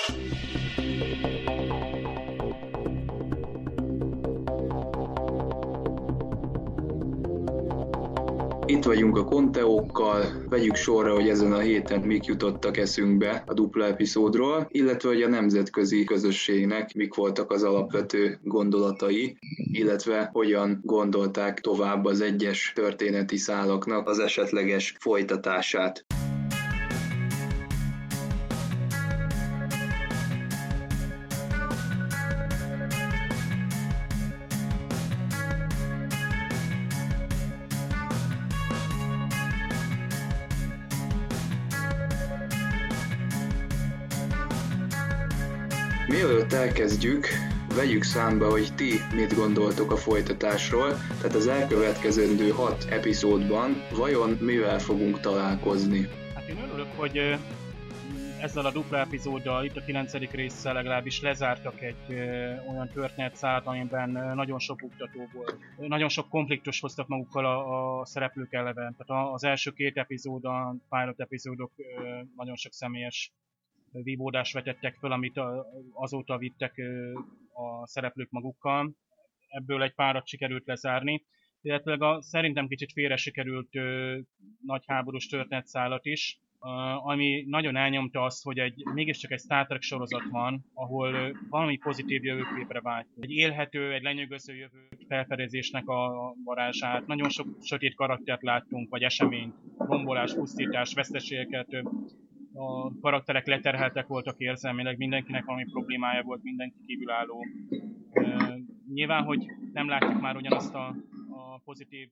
Itt vagyunk a Konteókkal, vegyük sorra, hogy ezen a héten mik jutottak eszünkbe a dupla epizódról, illetve hogy a nemzetközi közösségnek mik voltak az alapvető gondolatai, illetve hogyan gondolták tovább az egyes történeti szálaknak az esetleges folytatását. Mielőtt elkezdjük, vegyük számba, hogy ti mit gondoltok a folytatásról, tehát az elkövetkezendő 6 epizódban vajon mivel fogunk találkozni. Hát én örülök, hogy ezzel a dupla epizóddal, itt a 9. résszel legalábbis lezártak egy olyan történetszálat, amiben nagyon sok buktató volt. Nagyon sok konfliktus hoztak magukkal a szereplők eleve. Tehát az első 2 epizód, a pilot epizódok nagyon sok személyes vívódást vetettek föl, amit azóta vittek a szereplők magukkal. Ebből egy párat sikerült lezárni, illetve szerintem kicsit félre sikerült nagy háborús történetszálat is, ami nagyon elnyomta azt, hogy mégiscsak egy Star Trek sorozat van, ahol valami pozitív jövőképre vágy. Egy élhető, egy lenyűgöző jövő felfedezésnek a varázsát. Nagyon sok sötét karaktert láttunk, vagy eseményt, rombolás, pusztítás, veszteségeket. A karakterek leterheltek voltak érzelmileg, mindenkinek valami problémája volt, mindenki kívülálló. Nyilván, hogy nem látjuk már ugyanazt a pozitív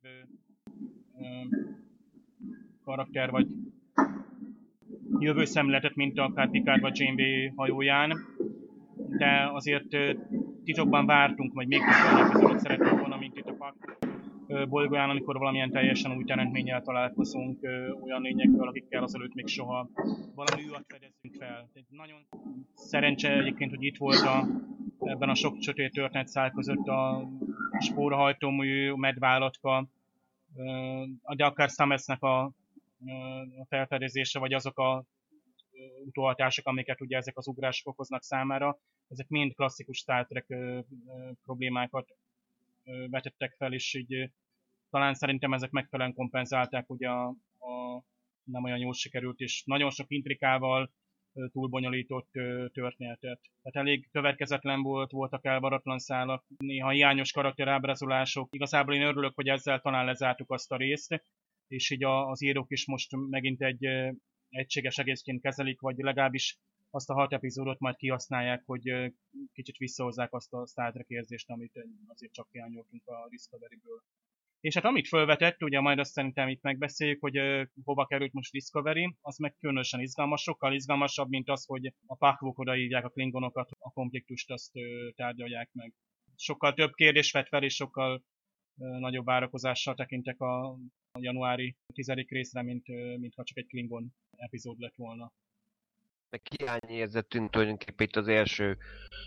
karakter vagy jövőszemléletet, mint akár Picard vagy Janeway hajóján, de azért titokban vártunk, vagy még több olyan epizódot szeretünk volna, mint itt a Pak bolygóján, amikor valamilyen teljesen új teremtménnyel találkozunk, olyan lényekkel, akikkel azelőtt még soha valami újat fedezünk fel. Nagyon szerencse egyébként, hogy itt volt ebben a sok sötét történetszál között a spórahajtómű, medvállatka, de akár Stametsnek a felfedezése, vagy azok a utóhatások, amiket ugye ezek az ugrások okoznak számára, ezek mind klasszikus Star Trek problémákat vetettek fel, és így talán szerintem ezek megfelelően kompenzálták ugye a nem olyan jól sikerült, és nagyon sok intrikával túlbonyolított történetet. Tehát elég következetlen voltak elvaratlan szálak, néha hiányos karakterábrázolások. Igazából én örülök, hogy ezzel talán lezártuk azt a részt, és így az írók is most megint egy egységes egészként kezelik, vagy legalábbis azt a 6 epizódot majd kihasználják, hogy kicsit visszahozzák azt a Star Trek érzést, amit azért csak hiányoltunk a Discovery-ből. És hát amit felvetett, ugye majd azt szerintem itt megbeszéljük, hogy hova került most Discovery, az meg különösen izgalmas, sokkal izgalmasabb, mint az, hogy a Pakvok odaírják a klingonokat, a konfliktust azt tárgyalják meg. Sokkal több kérdés vett fel, és sokkal nagyobb várakozással tekintek a januári 10. részre, mint ha csak egy Klingon epizód lett volna. Hiányérzetünk tulajdonképpen itt az első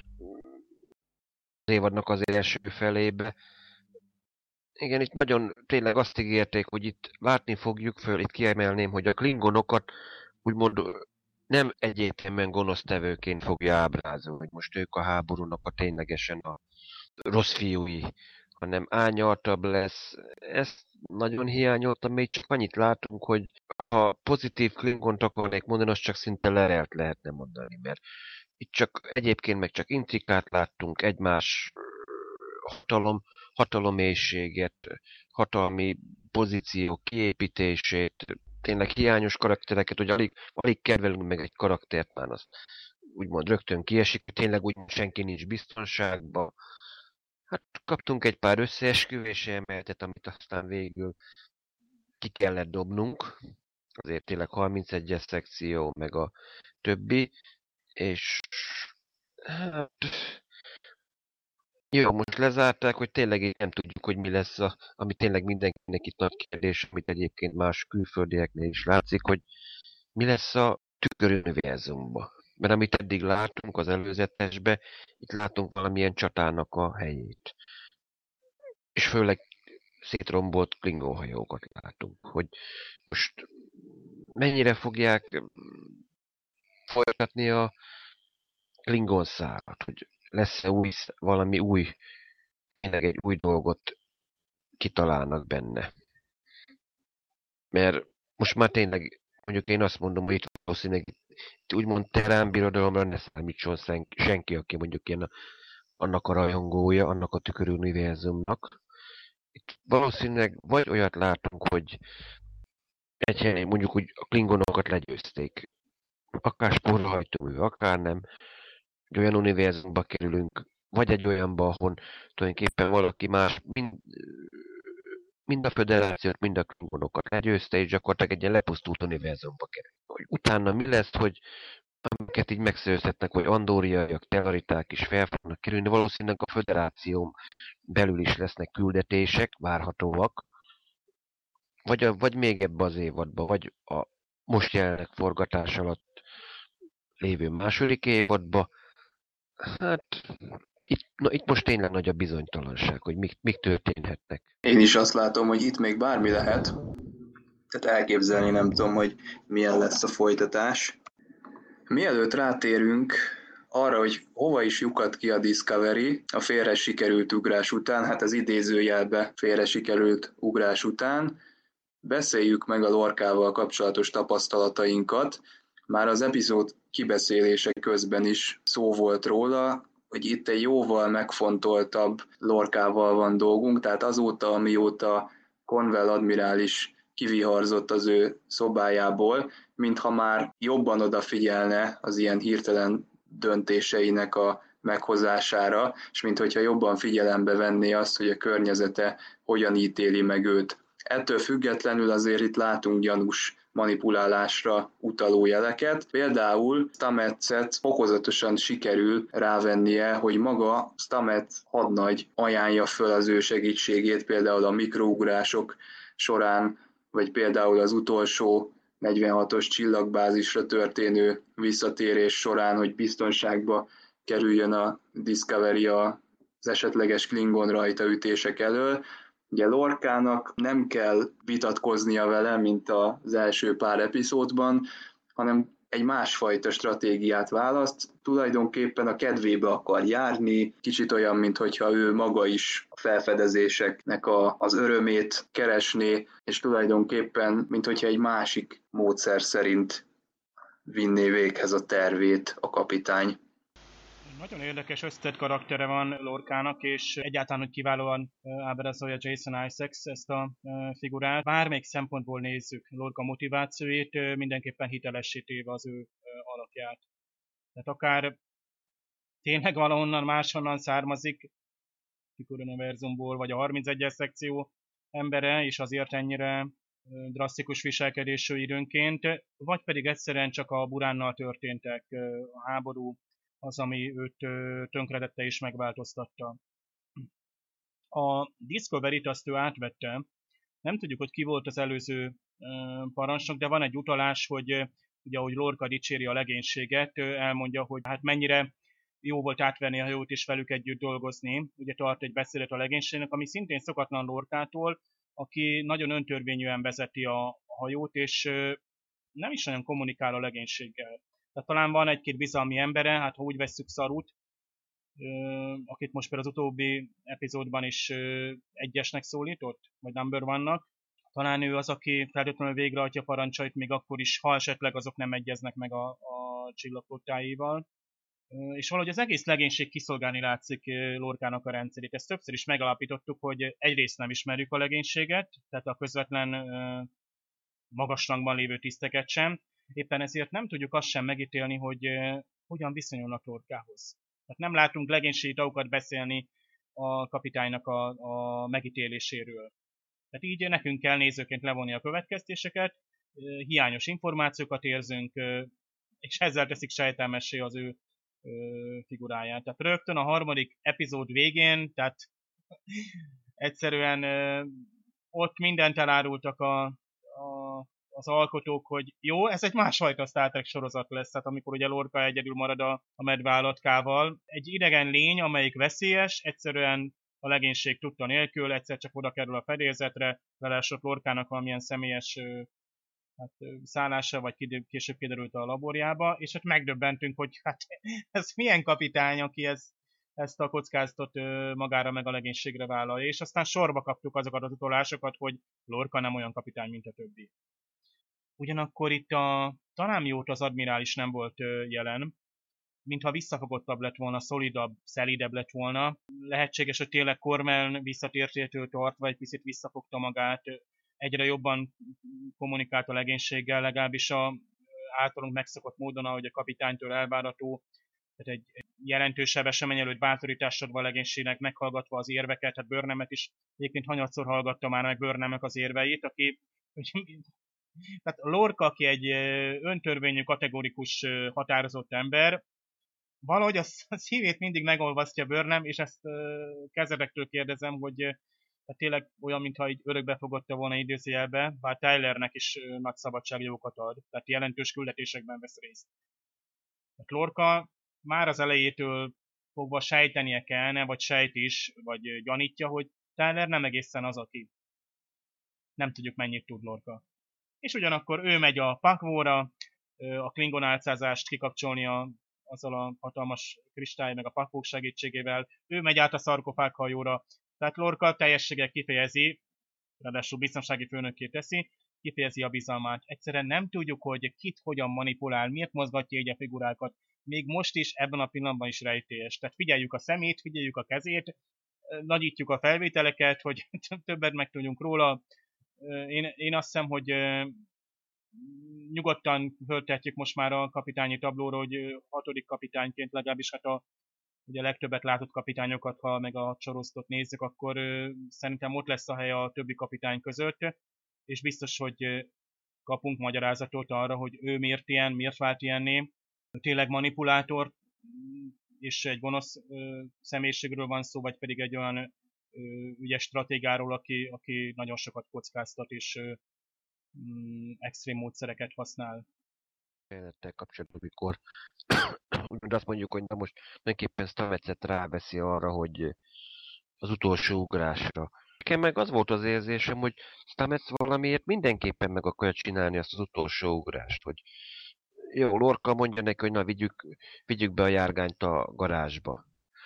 évadnak az első felébe. Igen, itt nagyon tényleg azt ígérték, hogy itt látni fogjuk föl, itt kiemelném, hogy a klingonokat úgymond nem egyértelműen gonosztevőként fogja ábrázolni, hogy most ők a háborúnak a ténylegesen a rossz fiúi, hanem árnyaltabb lesz. Ezt nagyon hiányoltam, még csak annyit látunk, hogy ha pozitív klingont akarnék mondani, az csak szinte lerelt lehetne mondani, mert itt csak egyébként meg csak intrikát láttunk, egymás hatalommélységet, hatalmi pozíció kiépítését, tényleg hiányos karaktereket, hogy alig kedvelünk meg egy karaktert, már az úgymond rögtön kiesik, tényleg úgy senki nincs biztonságban. Hát kaptunk egy pár összeesküvési emeltet, amit aztán végül ki kellett dobnunk. Azért tényleg 31-es szekció, meg a többi. És hát jó, most lezárták, hogy tényleg nem tudjuk, hogy mi lesz, ami tényleg mindenkinek itt nagy kérdés, amit egyébként más külföldieknél is látszik, hogy mi lesz a tüköruniverzumban. Mert amit eddig látunk az előzetesbe, itt látunk valamilyen csatának a helyét. És főleg szétrombolt Klingon hajókat látunk, hogy most mennyire fogják folytatni a Klingon szálat, hogy lesz-e valami új, tényleg egy új dolgot kitalálnak benne. Mert most már tényleg, mondjuk én azt mondom, hogy itt valószínűleg itt úgymond Terán birodalomra ne számítson senki, aki mondjuk ilyen annak a rajongója, annak a tüköruniverzumnak. Itt valószínűleg vagy olyat látunk, hogy egy helyen mondjuk úgy a klingonokat legyőzték. Akár spórolhajtómű, akár nem. Egy olyan univerzumba kerülünk, vagy egy olyanba, ahol tulajdonképpen valaki más mind a föderációt, mind a klingonokat legyőzte, és gyakorlatilag egy ilyen lepusztult univerzumba kerül. Hogy utána mi lesz, hogy amiket így megszerezhetnek, hogy andóriaiak, tellariták is fel fognak kerülni, valószínűleg a föderáción belül is lesznek küldetések, várhatóak, vagy még ebbe az évadba, vagy a most jelenleg forgatás alatt lévő második évadba. Hát itt most tényleg nagy a bizonytalanság, hogy mik történhetnek. Én is azt látom, hogy itt még bármi lehet. Tehát elképzelni nem tudom, hogy milyen lesz a folytatás. Mielőtt rátérünk arra, hogy hova is lyukadt ki a Discovery a félre sikerült ugrás után, hát az idézőjelbe félre sikerült ugrás után, beszéljük meg a Lorcával kapcsolatos tapasztalatainkat. Már az epizód kibeszélése közben is szó volt róla, hogy itt egy jóval megfontoltabb Lorcával van dolgunk, tehát azóta, amióta Conwell admirális kiviharzott az ő szobájából, mintha már jobban odafigyelne az ilyen hirtelen döntéseinek a meghozására, és mintha jobban figyelembe venné azt, hogy a környezete hogyan ítéli meg őt. Ettől függetlenül azért itt látunk gyanús manipulálásra utaló jeleket. Például Stamets-et fokozatosan sikerül rávennie, hogy maga Stamets hadnagy ajánlja föl az ő segítségét, például a mikrougrások során, vagy például az utolsó 46-os csillagbázisra történő visszatérés során, hogy biztonságba kerüljön a Discovery az esetleges Klingon rajtaütések elől. Ugye Lorcának nem kell vitatkoznia vele, mint az első pár epizódban, hanem egy másfajta stratégiát választ, tulajdonképpen a kedvébe akar járni, kicsit olyan, mintha ő maga is a felfedezéseknek az örömét keresné, és tulajdonképpen, mintha egy másik módszer szerint vinné véghez a tervét a kapitány. Nagyon érdekes összetett karaktere van Lorcának, és egyáltalán, hogy kiválóan ábrázolja Jason Isaacs ezt a figurát. Bármelyik szempontból nézzük Lorca motivációit, mindenképpen hitelessé téve az ő alakját. Tehát akár tényleg valahonnan máshonnan származik, univerzumból, vagy a 31-es szekció embere, és azért ennyire drasztikus viselkedésű időnként, vagy pedig egyszerűen csak a Buránnal történtek, a háború, az, ami őt tönkretette és megváltoztatta. A Discovery-t azt ő átvette, nem tudjuk, hogy ki volt az előző parancsnok, de van egy utalás, hogy ugye, ahogy Lorca dicséri a legénységet, elmondja, hogy hát mennyire jó volt átvenni a hajót és velük együtt dolgozni. Ugye tart egy beszédet a legénységnek, ami szintén szokatlan Lorcától, aki nagyon öntörvényűen vezeti a hajót, és nem is nagyon kommunikál a legénységgel. Tehát talán van egy-két bizalmi embere, hát ha úgy vesszük Sarut, akit most például az utóbbi epizódban is egyesnek szólított, vagy number one-nak. Talán ő az, aki feltétlenül végrehajtja parancsait, még akkor is, ha esetleg azok nem egyeznek meg a csillagflottáival. És valahogy az egész legénység kiszolgálni látszik Lorcának a rendszerét. Ezt többször is megalapítottuk, hogy egyrészt nem ismerjük a legénységet, tehát a közvetlen magas rangban lévő tiszteket sem. Éppen ezért nem tudjuk azt sem megítélni, hogy hogyan viszonyulnak Lorcához. Tehát nem látunk legénységi tagokat beszélni a kapitánynak a megítéléséről. Tehát így nekünk kell nézőként levonni a következtéseket, hiányos információkat érzünk, és ezzel teszik sejtelmessé az ő figuráját. Tehát rögtön a harmadik epizód végén, tehát egyszerűen ott mindent elárultak az alkotók, hogy jó, ez egy másfajta Star Trek sorozat lesz, tehát amikor ugye Lorca egyedül marad a medveállatkával. Egy idegen lény, amelyik veszélyes, egyszerűen a legénység tudta nélkül, egyszer csak oda kerül a fedélzetre, belesott Lorcának valamilyen személyes hát, szállása, vagy később kiderült a laborjába, és ott megdöbbentünk, hogy hát ez milyen kapitány, aki ezt a kockázatot magára meg a legénységre vállalja, és aztán sorba kaptuk azokat az utalásokat, hogy Lorca nem olyan kapitány, mint a többi. Ugyanakkor itt talán mióta az admirális nem volt jelen, mintha visszafogottabb lett volna, szolidabb, szelídebb lett volna. Lehetséges, hogy tényleg Corman visszatértétől tartva egy picit visszafogta magát, egyre jobban kommunikált a legénységgel, legalábbis általunk megszokott módon, ahogy a kapitánytól elvárható, tehát egy jelentősebb esemény előtt bátorítást adva a legénységnek, meghallgatva az érveket, hát Burnhamet is egyébként hanyatszor hallgatta már meg Burnhamnek az érveit, aki tehát Lorca, aki egy öntörvényű, kategorikus, határozott ember, valahogy a szívét mindig megolvasztja Burnham, és ezt kezedektől kérdezem, hogy tehát tényleg olyan, mintha így örökbe fogadta volna idézőjelbe, bár Tylernek is nagy szabadságjogokat ad, tehát jelentős küldetésekben vesz részt. Tehát Lorca már az elejétől fogva sejtenie kellene, vagy sejt is, vagy gyanítja, hogy Tyler nem egészen az, aki. Nem tudjuk, mennyit tud Lorca. És ugyanakkor ő megy a Pakvóra, a Klingon álcázást kikapcsolni azzal a hatalmas kristály meg a pakvók segítségével, ő megy át a szarkofág hajóra, tehát Lorca teljességgel kifejezi, ráadásul biztonsági főnökké teszi, kifejezi a bizalmát. Egyszerűen nem tudjuk, hogy kit hogyan manipulál, miért mozgatja így a figurákat. Még most is, ebben a pillanatban is rejtélyes. Tehát figyeljük a szemét, figyeljük a kezét, nagyítjuk a felvételeket, hogy többet megtudjunk róla. Én azt hiszem, hogy nyugodtan föltehetjük most már a kapitányi tablóra, hogy 6. kapitányként, legalábbis hát ugye a legtöbbet látott kapitányokat, ha meg a Csorosztot nézzük, akkor szerintem ott lesz a hely a többi kapitány között, és biztos, hogy kapunk magyarázatot arra, hogy ő miért ilyen, miért vált ilyenné. Tényleg manipulátor, és egy gonosz személyiségről van szó, vagy pedig egy olyan ügyes stratégáról, aki nagyon sokat kockáztat, és extrém módszereket használ. Jelenettel kapcsolatban, amikor azt mondjuk, hogy na most tulajdonképpen Stamets-et ráveszi arra, hogy az utolsó ugrásra. Nekem meg az volt az érzésem, hogy Stamets valamiért mindenképpen meg akarja csinálni azt az utolsó ugrást, hogy jó, Lorca mondja neki, hogy na vigyük be a járgányt a garázsba.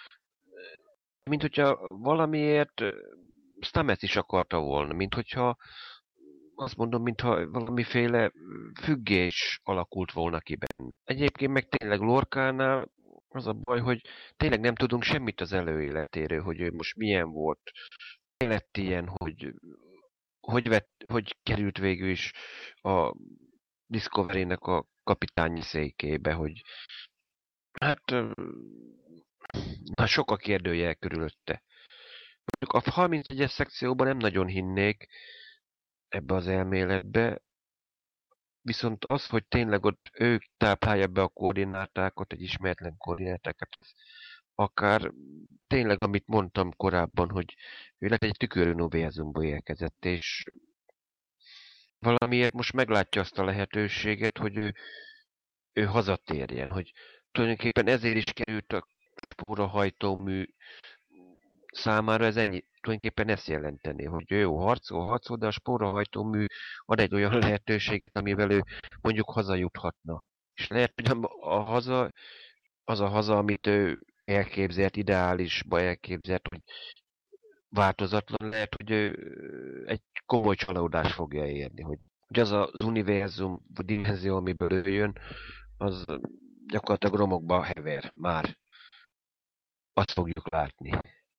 Mint hogyha valamiért Stamets is akarta volna, mint hogyha azt mondom, mintha valamiféle függés alakult volna ki benne. Egyébként meg tényleg Lorcánál az a baj, hogy tényleg nem tudunk semmit az előéletéről, hogy ő most milyen volt. Miért lett ilyen, hogy került végül is a Discovery-nek a kapitányi székébe, hogy hát sok a kérdőjel körülötte. A 31-es szekcióban nem nagyon hinnék ebbe az elméletbe, viszont az, hogy tényleg ott ő táplálja be a koordinátákat, egy ismeretlen koordinátákat, akár tényleg, amit mondtam korábban, hogy ő lett egy tükörű univerzumból érkezett, és valamiért most meglátja azt a lehetőséget, hogy ő hazatérjen, hogy tulajdonképpen ezért is került a spórahajtómű számára, ez ennyi, tulajdonképpen ezt jelenteni, hogy jó, harcol, de a spórahajtómű ad egy olyan lehetőséget, amivel ő mondjuk hazajuthatna. És lehet, hogy az a haza, amit ő elképzelt, ideálisba elképzelt, hogy változatlan, lehet, hogy ő egy komoly csalódás fogja érni, hogy az az univerzum, vagy dimenzió, amiből ő jön, az gyakorlatilag romokba hever már. Azt fogjuk látni.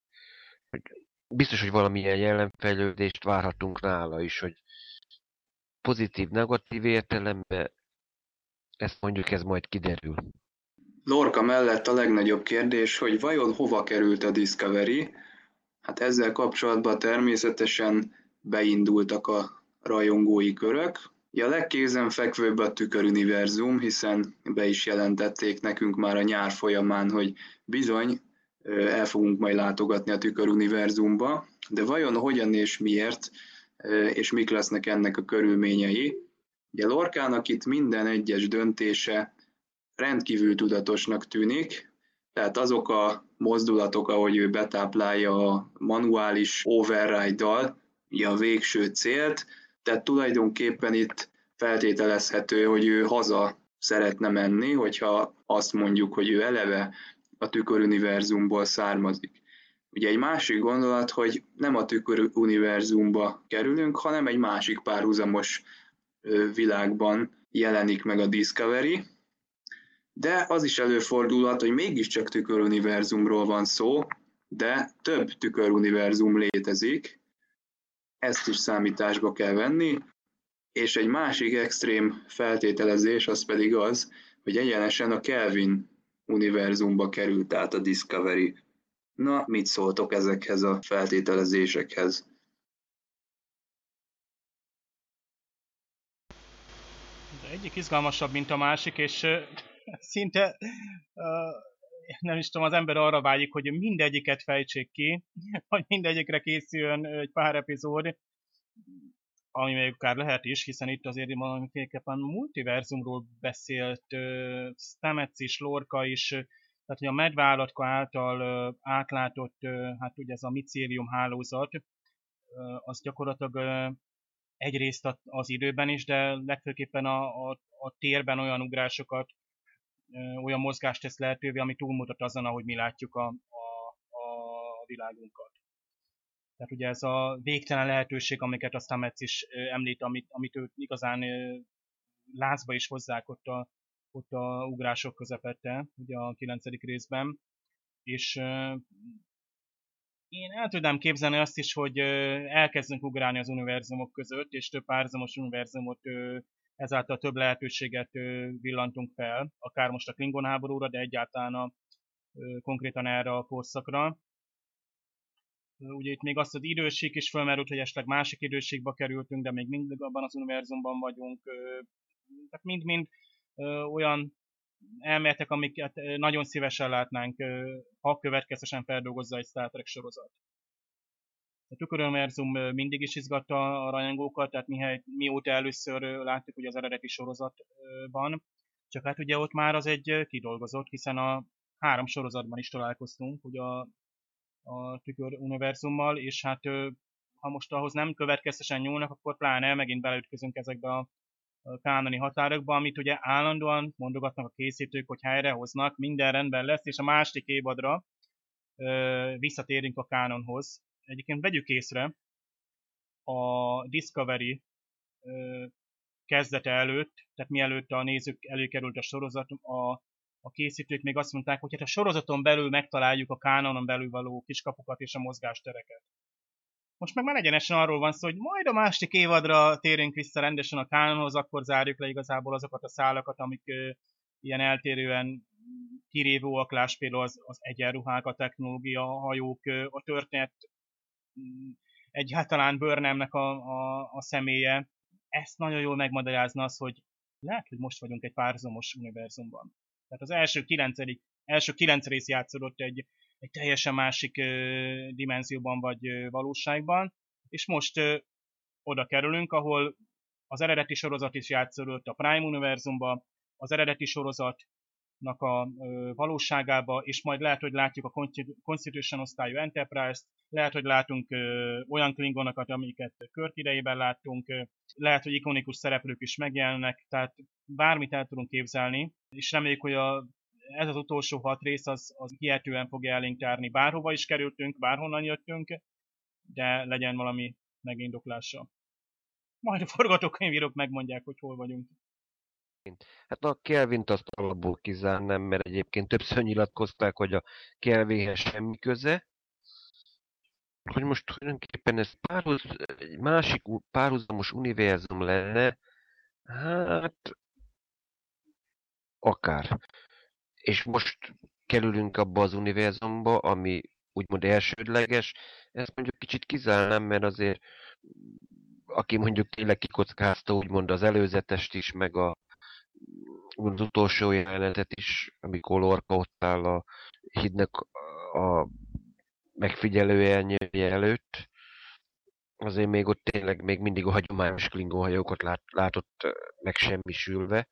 Biztos, hogy valamilyen jelenfejlődést várhatunk nála is, hogy pozitív, negatív értelemben ezt mondjuk ez majd kiderül. Lorca mellett a legnagyobb kérdés, hogy vajon hova került a Discovery? Hát ezzel kapcsolatban természetesen beindultak a rajongói körök. A legkézenfekvőbb a tüköruniverzum, hiszen be is jelentették nekünk már a nyár folyamán, hogy bizony el fogunk majd látogatni a tüköruniverzumba, de vajon hogyan és miért, és mik lesznek ennek a körülményei. Ugye Lorcának itt minden egyes döntése rendkívül tudatosnak tűnik, tehát azok a mozdulatok, ahogy ő betáplálja a manuális override-dal a végső célt, tehát tulajdonképpen itt feltételezhető, hogy ő haza szeretne menni, hogyha azt mondjuk, hogy ő eleve a tüköruniverzumból származik. Ugye egy másik gondolat, hogy nem a tüköruniverzumba kerülünk, hanem egy másik párhuzamos világban jelenik meg a Discovery, de az is előfordulhat, hogy mégiscsak tüköruniverzumról van szó, de több tüköruniverzum létezik, ezt is számításba kell venni, és egy másik extrém feltételezés az pedig az, hogy egyenesen a Kelvin univerzumba került át a Discovery. Na, mit szóltok ezekhez a feltételezésekhez? De egyik izgalmasabb, mint a másik, és szinte nem is tudom, az ember arra vágyik, hogy mindegyiket fejtsék ki, hogy mindegyikre készüljön egy pár epizód, ami még akár lehet is, hiszen itt azért valamiképpen multiverzumról beszélt Stamets is, Lorca is, tehát hogy a medveállatka által átlátott, hát ugye ez a micélium hálózat, az gyakorlatilag egyrészt az időben is, de legfőképpen a térben olyan ugrásokat, olyan mozgást tesz lehetővé, ami túlmutat azon, ahogy mi látjuk a világunkat. Tehát ugye ez a végtelen lehetőség, amiket a Stamets is említ, amit ők igazán lázba is hozzák ott a ugrások közepette, ugye a 9. részben. És én el tudnám képzelni azt is, hogy elkezdünk ugrálni az univerzumok között, és több párhuzamos univerzumot, ezáltal több lehetőséget villantunk fel, akár most a Klingon háborúra, de egyáltalán konkrétan erre a korszakra. Ugye itt még azt az időség is felmerült, hogy esetleg másik időségbe kerültünk, de még mindig abban az univerzumban vagyunk. Tehát mind-mind olyan elméletek, amiket nagyon szívesen látnánk, ha következtesen feldolgozza egy Star Trek sorozat. A tüköruniverzum mindig is izgatta a rajongókat, tehát mióta először láttuk ugye az eredeti sorozatban, csak hát ugye ott már az egy kidolgozott, hiszen a 3 sorozatban is találkoztunk, ugye a tüköruniverzummal, és hát ha most ahhoz nem következtesen nyúlnak, akkor pláne megint beleütközünk ezekbe a kánoni határokba, amit ugye állandóan mondogatnak a készítők, hogy helyrehoznak, minden rendben lesz, és a második évadra visszatérünk a kánonhoz. Egyébként vegyük észre, a Discovery kezdete előtt, tehát mielőtt a nézők előkerült a sorozat, a készítők még azt mondták, hogy hát a sorozaton belül megtaláljuk a kánonon belül való kiskapukat és a mozgástereket. Most meg már egyenesen arról van szó, hogy majd a másik évadra térünk vissza rendesen a kánonhoz, akkor zárjuk le igazából azokat a szálakat, amik ilyen eltérően kirévóak, láss például az egyenruhák, a technológia, a hajók, a történet, egyáltalán Burnhamnek a személye. Ezt nagyon jól megmagyarázna az, hogy lehet, hogy most vagyunk egy párhuzamos univerzumban. Tehát az első 9 rész játszódott egy teljesen másik dimenzióban vagy valóságban, és most oda kerülünk, ahol az eredeti sorozat is játszódott a Prime univerzumban, az eredeti sorozatnak a valóságába, és majd lehet, hogy látjuk a Constitution osztályú Enterprise-t, lehet, hogy látunk olyan klingonokat, amiket Kirk idejében láttunk, lehet, hogy ikonikus szereplők is megjelennek, tehát bármit el tudunk képzelni, és reméljük, hogy ez az utolsó 6 rész az hihetően fogja elénk tárni. Bárhova is kerültünk, bárhonnan jöttünk, de legyen valami megindoklása. Majd a forgatókönyvírók megmondják, hogy hol vagyunk. Hát a Kelvint azt alapból kizárnám, mert egyébként többször nyilatkozták, hogy a Kelvinhez semmi köze. Hogy most tulajdonképpen ez egy másik párhuzamos univerzum lenne, hát akár. És most kerülünk abba az univerzumba, ami úgymond elsődleges, ezt mondjuk kicsit kizárnám, mert azért aki mondjuk tényleg kikockázta úgymond az előzetest is, meg az utolsó jelenetet is, amikor Lorca ott áll a hídnek a megfigyelő elnyője előtt, azért még ott tényleg még mindig a hagyományos Klingon hajókat látott megsemmisülve.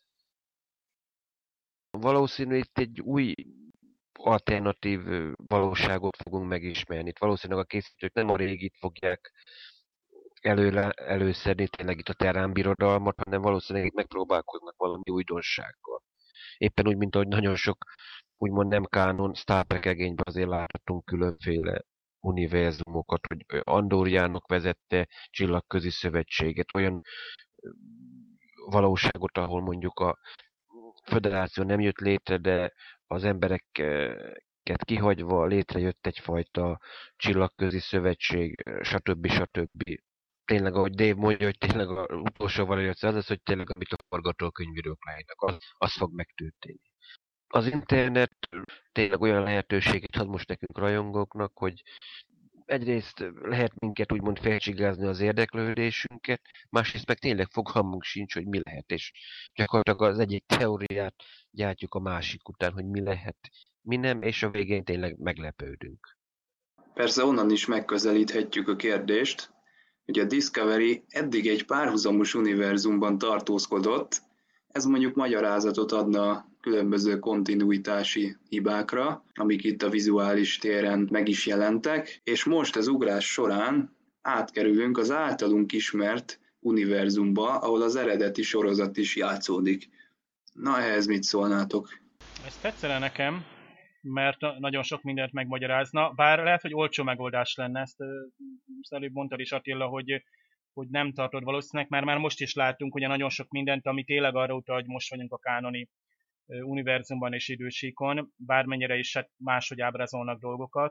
Valószínű itt egy új alternatív valóságot fogunk megismerni. Itt valószínűleg a készítők nem a régit fogják előszedni tényleg itt a Terrán birodalmat, hanem valószínűleg itt megpróbálkoznak valami újdonsággal. Éppen úgy, mint ahogy nagyon sok úgymond nem kánon Star Trek regényben azért láthatunk különféle univerzumokat, hogy Andorjának vezette csillagközi szövetséget, olyan valóságot, ahol mondjuk a föderáció nem jött létre, de az embereket kihagyva létrejött egyfajta csillagközi szövetség, stb. Tényleg, ahogy Dave mondja, hogy tényleg az utolsó variáció az lesz, hogy tényleg amit a forgatókönyvírók leírnak, az fog megtörténni. Az internet tényleg olyan lehetőséget ad most nekünk rajongóknak, hogy egyrészt lehet minket úgymond felcsigázni az érdeklődésünket, másrészt meg tényleg fogalmunk sincs, hogy mi lehet, és gyakorlatilag az egyik teóriát gyártjuk a másik után, hogy mi lehet, mi nem, és a végén tényleg meglepődünk. Persze onnan is megközelíthetjük a kérdést, hogy a Discovery eddig egy párhuzamos univerzumban tartózkodott, ez mondjuk magyarázatot adna különböző kontinuitási hibákra, amik itt a vizuális téren meg is jelentek, és most az ugrás során átkerülünk az általunk ismert univerzumba, ahol az eredeti sorozat is játszódik. Na, ehhez mit szólnátok? Ez tetszene nekem, mert nagyon sok mindent megmagyarázna, bár lehet, hogy olcsó megoldás lenne, ezt előbb mondtad is Attila, hogy nem tartod valószínűleg, mert már most is láttunk ugye nagyon sok mindent, ami tényleg arra utal, hogy most vagyunk a kánoni univerzumban és idősíkon, bármennyire is hát máshogy ábrázolnak dolgokat,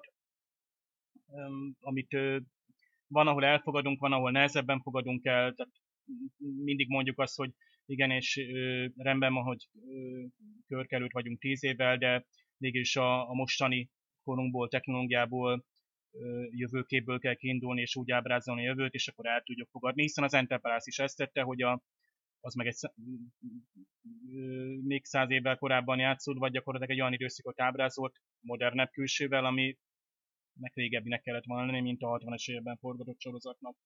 amit van, ahol elfogadunk, van, ahol nehezebben fogadunk el, tehát mindig mondjuk azt, hogy igen, és rendben van, hogy körkelőtt vagyunk 10 évvel, de mégis a mostani korunkból, technológiából, jövőképből kell kiindulni, és úgy ábrázolni a jövőt, és akkor el tudjuk fogadni, hiszen az Enterprise is ezt tette, hogy az meg még 100 évvel korábban játszód, vagy gyakorlatilag egy olyan időszakot ábrázolt modernebb külsővel, ami régebbinek kellett volna lenni, mint a 60-es években forgatott sorozatnak.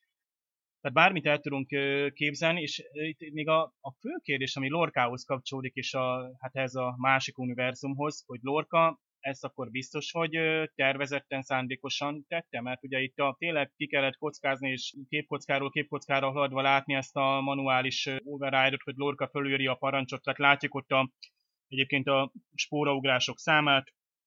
Tehát bármit el tudunk képzelni, és itt még a fő kérdés, ami Lorcához kapcsolódik, és hát ez a másik univerzumhoz, hogy Lorca ezt akkor biztos, hogy tervezetten, szándékosan tette, mert ugye itt tényleg ki kellett kockázni, és képkockáról képkockára haladva látni ezt a manuális override-ot, hogy Lorca fölülírja a parancsot, tehát látjuk ott egyébként a spóraugrások számát,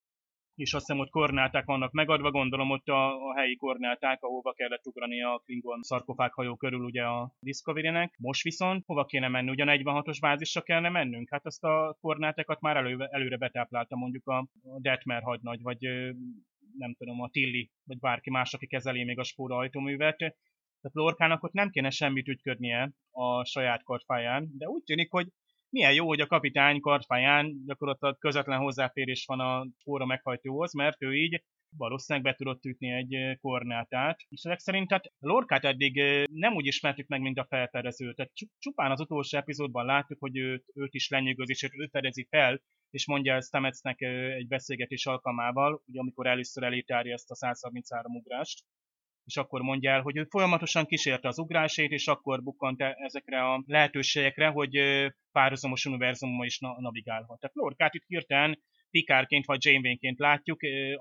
és azt hiszem, hogy koordináták vannak megadva, gondolom ott a helyi koordináták, ahova kellett ugrani a Klingon szarkofághajó körül ugye a Discovery-nek. Most viszont hova kéne menni? Ugyan 46-os bázisra kellene mennünk? Hát azt a koordinátákat már előre betáplálta mondjuk a Detmer hadnagy, vagy nem tudom, a Tilly, vagy bárki más, aki kezeli még a spóra ajtóművet. Tehát Lorcának ott nem kéne semmit ügyködnie a saját kortfáján, de úgy tűnik, hogy milyen jó, hogy a kapitány kartfáján gyakorlatilag közvetlen hozzáférés van a spóra meghajtóhoz, mert ő így valószínűleg be tudott ütni egy koordinátát. És ezek szerint hát Lorcát eddig nem úgy ismertük meg, mint a felfedezőt. Tehát csupán az utolsó epizódban láttuk, hogy őt is lenyűgözi, és ő fedezi fel, és mondja Stametsnek egy beszélgetés alkalmával, ugye amikor először elétárja ezt a 133 ugrást, és akkor mondja el, hogy ő folyamatosan kísérte az ugrásait, és akkor bukkant ezekre a lehetőségekre, hogy párhuzamos univerzumban is navigálhat. Tehát Lorcát itt hirtelen Picardként vagy Janewayként látjuk,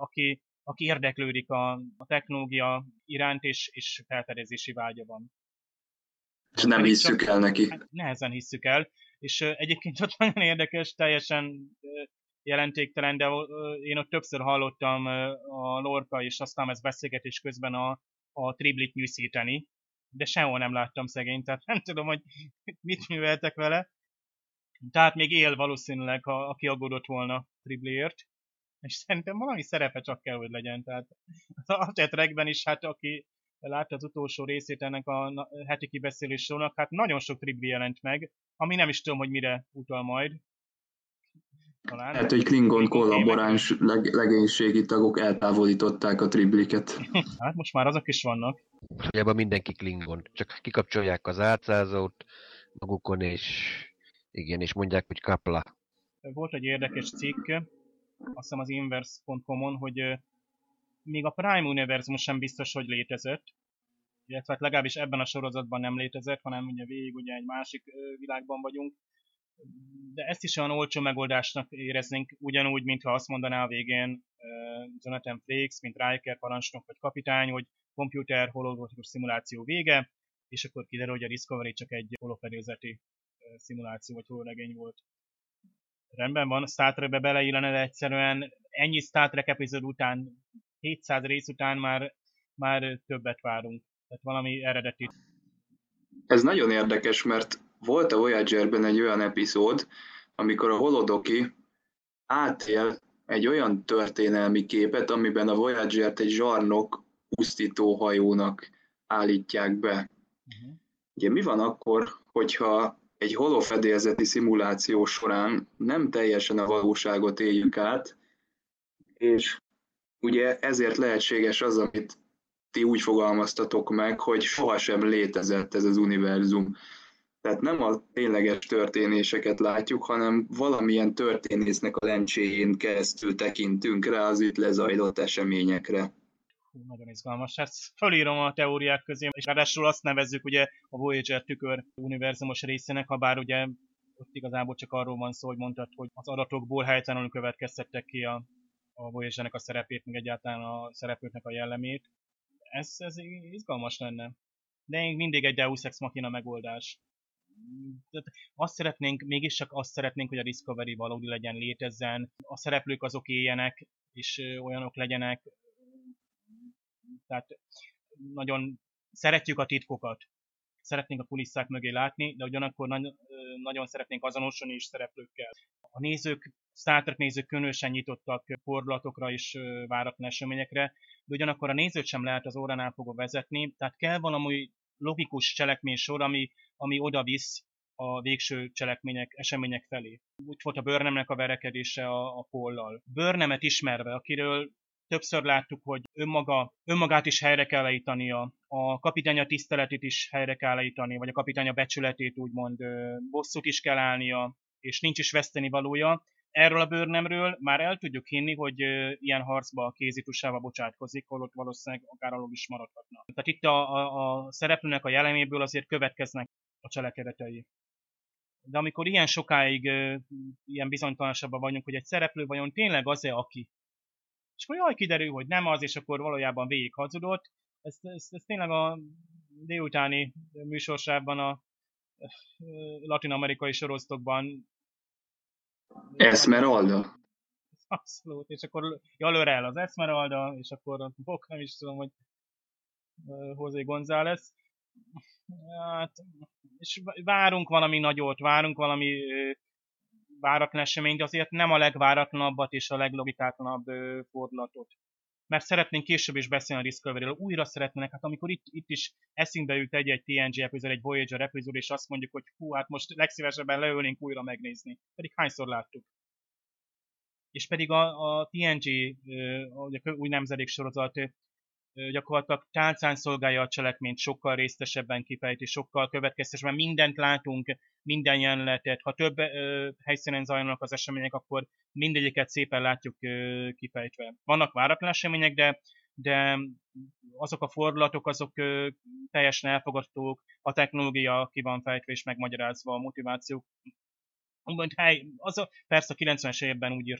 aki érdeklődik a technológia iránt, és felfedezési vágya van. És nem hisszük el neki. Hát nehezen hisszük el, és egyébként ott nagyon érdekes, teljesen jelentéktelen, de én ott többször hallottam a Lorca és aztán ez beszélgetés közben a triblit nyűszíteni, de sehol nem láttam szegényt, tehát nem tudom, hogy mit műveltek vele. Tehát még él valószínűleg, aki aggódott volna tribliért, és szerintem valami szerepe csak kell, hogy legyen. Tehát a Tetrekben is, hát aki látta az utolsó részét ennek a heti kibeszélés sornak, hát nagyon sok tribli jelent meg, ami nem is tudom, hogy mire utal majd. Talán. Hát, hogy Klingon kollaboráns legénységi tagok eltávolították a tribliket. Hát most már azok is vannak. Valójában mindenki Klingon, csak kikapcsolják az átszázót magukon, és igen, és mondják, hogy kapla. Volt egy érdekes cikk, azt hiszem az inverse.com-on, hogy még a Prime univerzum sem biztos, hogy létezett, illetve legalábbis ebben a sorozatban nem létezett, hanem ugye végig ugye egy másik világban vagyunk. De ezt is olyan olcsó megoldásnak éreznénk, ugyanúgy, mintha azt mondaná a végén Jonathan Frakes, mint Riker parancsnok vagy kapitány, hogy komputer holografikus szimuláció vége, és akkor kiderül, hogy a Discovery csak egy holofedélzeti szimuláció vagy holoregény volt. Rendben van, Star Trekbe beleillene, de egyszerűen ennyi Star Trek epizód után, 700 rész után már többet várunk. Tehát valami eredeti. Ez nagyon érdekes, mert volt a Voyagerben egy olyan epizód, amikor a holodoki átél egy olyan történelmi képet, amiben a Voyagert egy zsarnok pusztító hajónak állítják be. Ugye mi van akkor, hogyha egy holofedélzeti szimuláció során nem teljesen a valóságot éljük át, és ugye ezért lehetséges az, amit ti úgy fogalmaztatok meg, hogy sohasem létezett ez az univerzum. Tehát nem a tényleges történéseket látjuk, hanem valamilyen történésznek a lencséjén keresztül tekintünk rá az itt lezajlott eseményekre. Nagyon izgalmas. Ezt fölírom a teóriák közé, és ráadásul azt nevezzük ugye a Voyager tükör univerzumos részének, ha bár ugye ott igazából csak arról van szó, hogy mondtad, hogy az adatokból helytelenül következtettek ki a Voyagernek a szerepét, meg egyáltalán a szereplőknek a jellemét. Ez izgalmas lenne. De még mindig egy Deus Ex Machina megoldás. Mégiscsak azt szeretnénk, hogy a Discovery valódi legyen, létezzen, a szereplők azok éljenek, és olyanok legyenek. Tehát nagyon szeretjük a titkokat, szeretnénk a kulisszák mögé látni, de ugyanakkor nagyon szeretnénk azonosulni is szereplőkkel. A nézők, Star Trek nézők különösen nyitottak fordulatokra és váratlan eseményekre, de ugyanakkor a nézőt sem lehet az óránál fogva vezetni, tehát kell valami logikus cselekménysor, ami oda-visz a végső események felé. Úgy volt a Burnhamnek a verekedése a Paul-lal. Burnhamet ismerve, akiről többször láttuk, hogy önmagát is helyre kell állítania, a kapitánya tiszteletét is helyre kell állítani, vagy a kapitánya becsületét úgymond bosszút is kell állnia, és nincs is veszteni valója. Erről a Burnhamről már el tudjuk hinni, hogy ilyen harcba kézitusába bocsátkozik, holott valószínűleg akár alól is maradhatna. Tehát itt a szereplőnek a jelleméből azért következnek a cselekedetei. De amikor ilyen sokáig ilyen bizonytalanságban vagyunk, hogy egy szereplő vajon tényleg az-e, aki, és akkor jaj, kiderül, hogy nem az, és akkor valójában végig hazudott. Ez tényleg a délutáni műsorsában a latin-amerikai sorozatokban. Esmeralda? Abszolút, és akkor Jalörel az Esmeralda, és akkor nem is tudom, hogy José González. Hát, és várunk valami nagyot, várunk valami váratlan eseményt, de azért nem a legváratlanabbat és a leglogikátlanabb fordulatot. Mert szeretnénk később is beszélni a Discovery-ről, újra szeretnének, hát amikor itt is eszünkbe jut egy TNG epizód, egy Voyager epizód, és azt mondjuk, hogy hú, hát most legszívesebben leülnénk újra megnézni. Pedig hányszor láttuk. És pedig a TNG, a új nemzedék sorozat gyakorlatilag tálcán szolgálja a cselekményt, sokkal részletesebben kifejti, sokkal következtetésben mindent látunk, minden jelenetet. Ha több helyszínen zajlanak az események, akkor mindegyiket szépen látjuk kifejtve. Vannak váratlan események, de azok a fordulatok, azok teljesen elfogadhatók, a technológia ki van fejtve és megmagyarázva, a motivációk. Persze a 90-es években úgy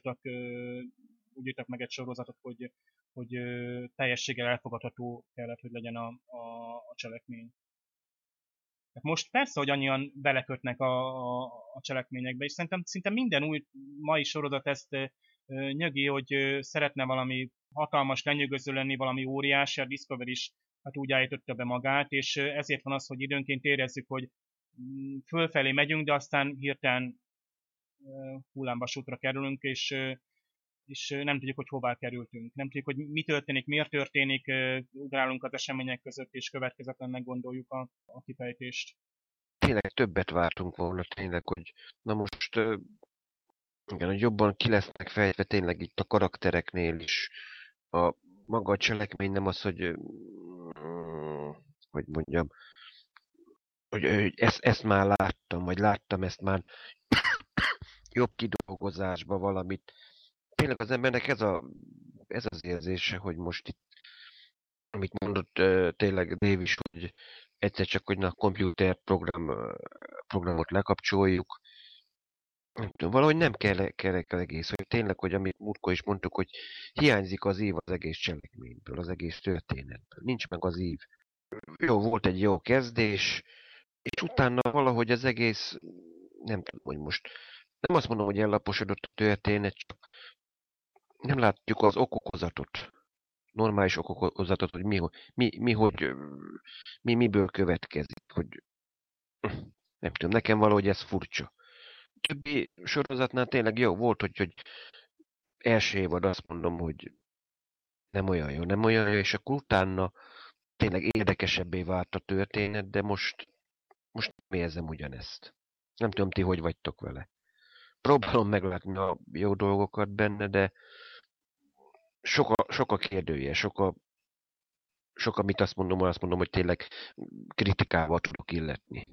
írtak meg egy sorozatot, hogy teljességgel elfogadható kellett, hogy legyen a cselekmény. Tehát most persze, hogy annyian belekötnek a cselekményekbe, és szerintem szinte minden új mai sorozat ezt nyögi, hogy szeretne valami hatalmas, lenyűgöző lenni, valami óriási, a Discovery is hát úgy állította be magát, és ezért van az, hogy időnként érezzük, hogy fölfelé megyünk, de aztán hirtelen hullámvasútra kerülünk, és nem tudjuk, hogy hová kerültünk. Nem tudjuk, hogy mi történik, miért történik, ugrálunk az események között, és következetlennek gondoljuk a kifejtést. Tényleg többet vártunk volna, tényleg, hogy na most igen, hogy jobban ki lesznek fejtve tényleg itt a karaktereknél is. Maga a cselekmény nem az, hogy mondjam, hogy ezt már láttam, vagy láttam ezt már jobb kidolgozásba valamit. Tényleg az embernek ez az érzése, hogy most itt, amit mondott tényleg Dave is, hogy egyszer csak, hogy a komputer programot lekapcsoljuk, Nem tudom, valahogy nem kerek az egész, hogy tényleg, hogy amit múltkor is mondtuk, hogy hiányzik az ív az egész cselekményből, az egész történetből. Nincs meg az ív. Jó, volt egy jó kezdés, és utána valahogy az egész, nem tudom, hogy most, nem azt mondom, hogy ellaposodott a történet, csak nem látjuk az okokozatot, normális okokozatot, hogy miből következik, hogy nem tudom, nekem valahogy ez furcsa. Többi sorozatnál tényleg jó volt, hogy első évad azt mondom, hogy nem olyan jó, és akkor utána tényleg érdekesebbé vált a történet, de most nem érzem ugyanezt. Nem tudom, ti hogy vagytok vele. Próbálom meglátni a jó dolgokat benne, de sok a kérdője, sok, amit azt mondom, hogy tényleg kritikával tudok illetni.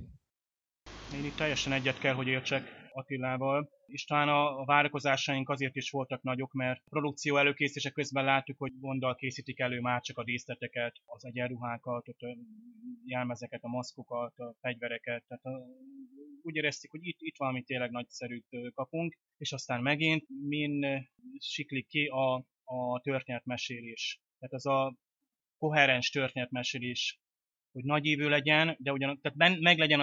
Én itt teljesen egyet kell, hogy értsek Attilával, és talán a várakozásaink azért is voltak nagyok, mert a produkció előkészítése közben láttuk, hogy gonddal készítik elő már csak a díszleteket, az egyenruhákat, a jelmezeket, a maszkokat, a fegyvereket, tehát úgy éreztük, hogy itt valami tényleg nagyszerűt kapunk, és aztán megint min siklik ki a történetmesélés. Tehát az a koherens történetmesélés, hogy nagyívű legyen, de tehát meg legyen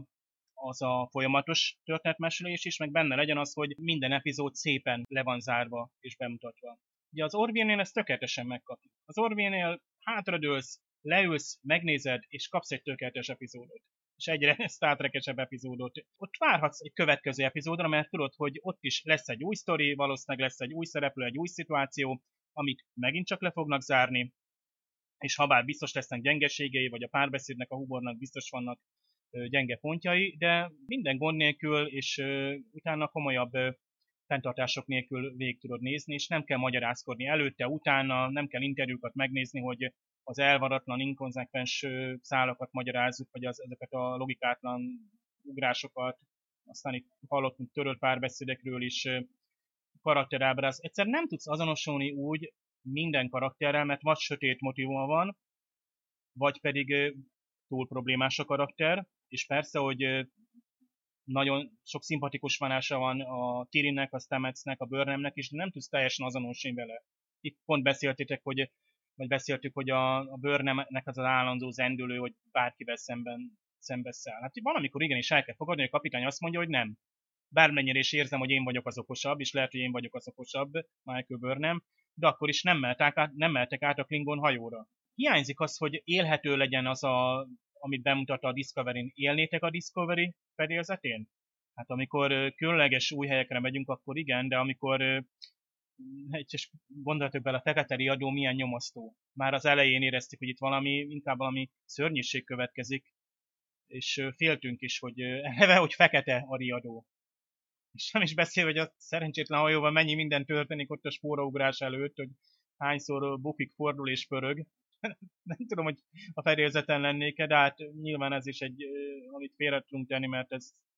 az a folyamatos történetmesélés is, meg benne legyen az, hogy minden epizód szépen le van zárva és bemutatva. Ugye az Orville-nél ezt tökéletesen megkapjuk. Az Orville-nél hátradőlsz, leülsz, megnézed, és kapsz egy tökéletes epizódot. És egyre Star Trek-esebb epizódot. Ott várhatsz egy következő epizódra, mert tudod, hogy ott is lesz egy új sztori, valószínűleg lesz egy új szereplő, egy új szituáció, amit megint csak le fognak zárni, és habár biztos lesznek gyengeségei, vagy a párbeszédnek, a humornak biztos vannak gyenge pontjai, de minden gond nélkül, és utána komolyabb fenntartások nélkül végig tudod nézni, és nem kell magyarázkodni előtte, utána, nem kell interjúkat megnézni, hogy az elvaratlan, inkonzekvens szálakat magyarázzuk, vagy ezeket a logikátlan ugrásokat, aztán itt hallottunk törölt párbeszédekről is, karakterábráz. Egyszer nem tudsz azonosulni úgy minden karakterrel, mert vagy sötét motivuma van, vagy pedig túl problémás a karakter, és persze, hogy nagyon sok szimpatikus vonása van a Tyrinnek, a Stametsnek, a Burnhamnek is, de nem tudsz teljesen azonosulni vele. Itt pont beszéltétek, vagy beszéltük, hogy a Burnhamnek az állandó zendülő, hogy bárkivel szembe száll. Hát van, amikor igenis el kell fogadni, hogy a kapitány azt mondja, hogy nem. Bármennyire is érzem, hogy én vagyok az okosabb, és lehet, hogy én vagyok az okosabb, Michael Burnham, de akkor is nem meltek át a Klingon hajóra. Hiányzik az, hogy élhető legyen az, amit bemutatta a Discovery-n. Élnétek a Discovery fedélzetén? Hát amikor különleges új helyekre megyünk, akkor igen, de amikor és gondoljatok bele, a fekete riadó milyen nyomasztó. Már az elején éreztük, hogy itt inkább valami szörnyűség következik, és féltünk is, hogy eleve, hogy fekete a riadó. És nem is beszél, hogy a szerencsétlen hajóval mennyi minden történik ott a spóraugrás előtt, hogy hányszor bukik, fordul és pörög. Nem tudom, hogy a fedélzeten lennék-e, de hát nyilván ez is egy, amit félre tudunk tenni, mert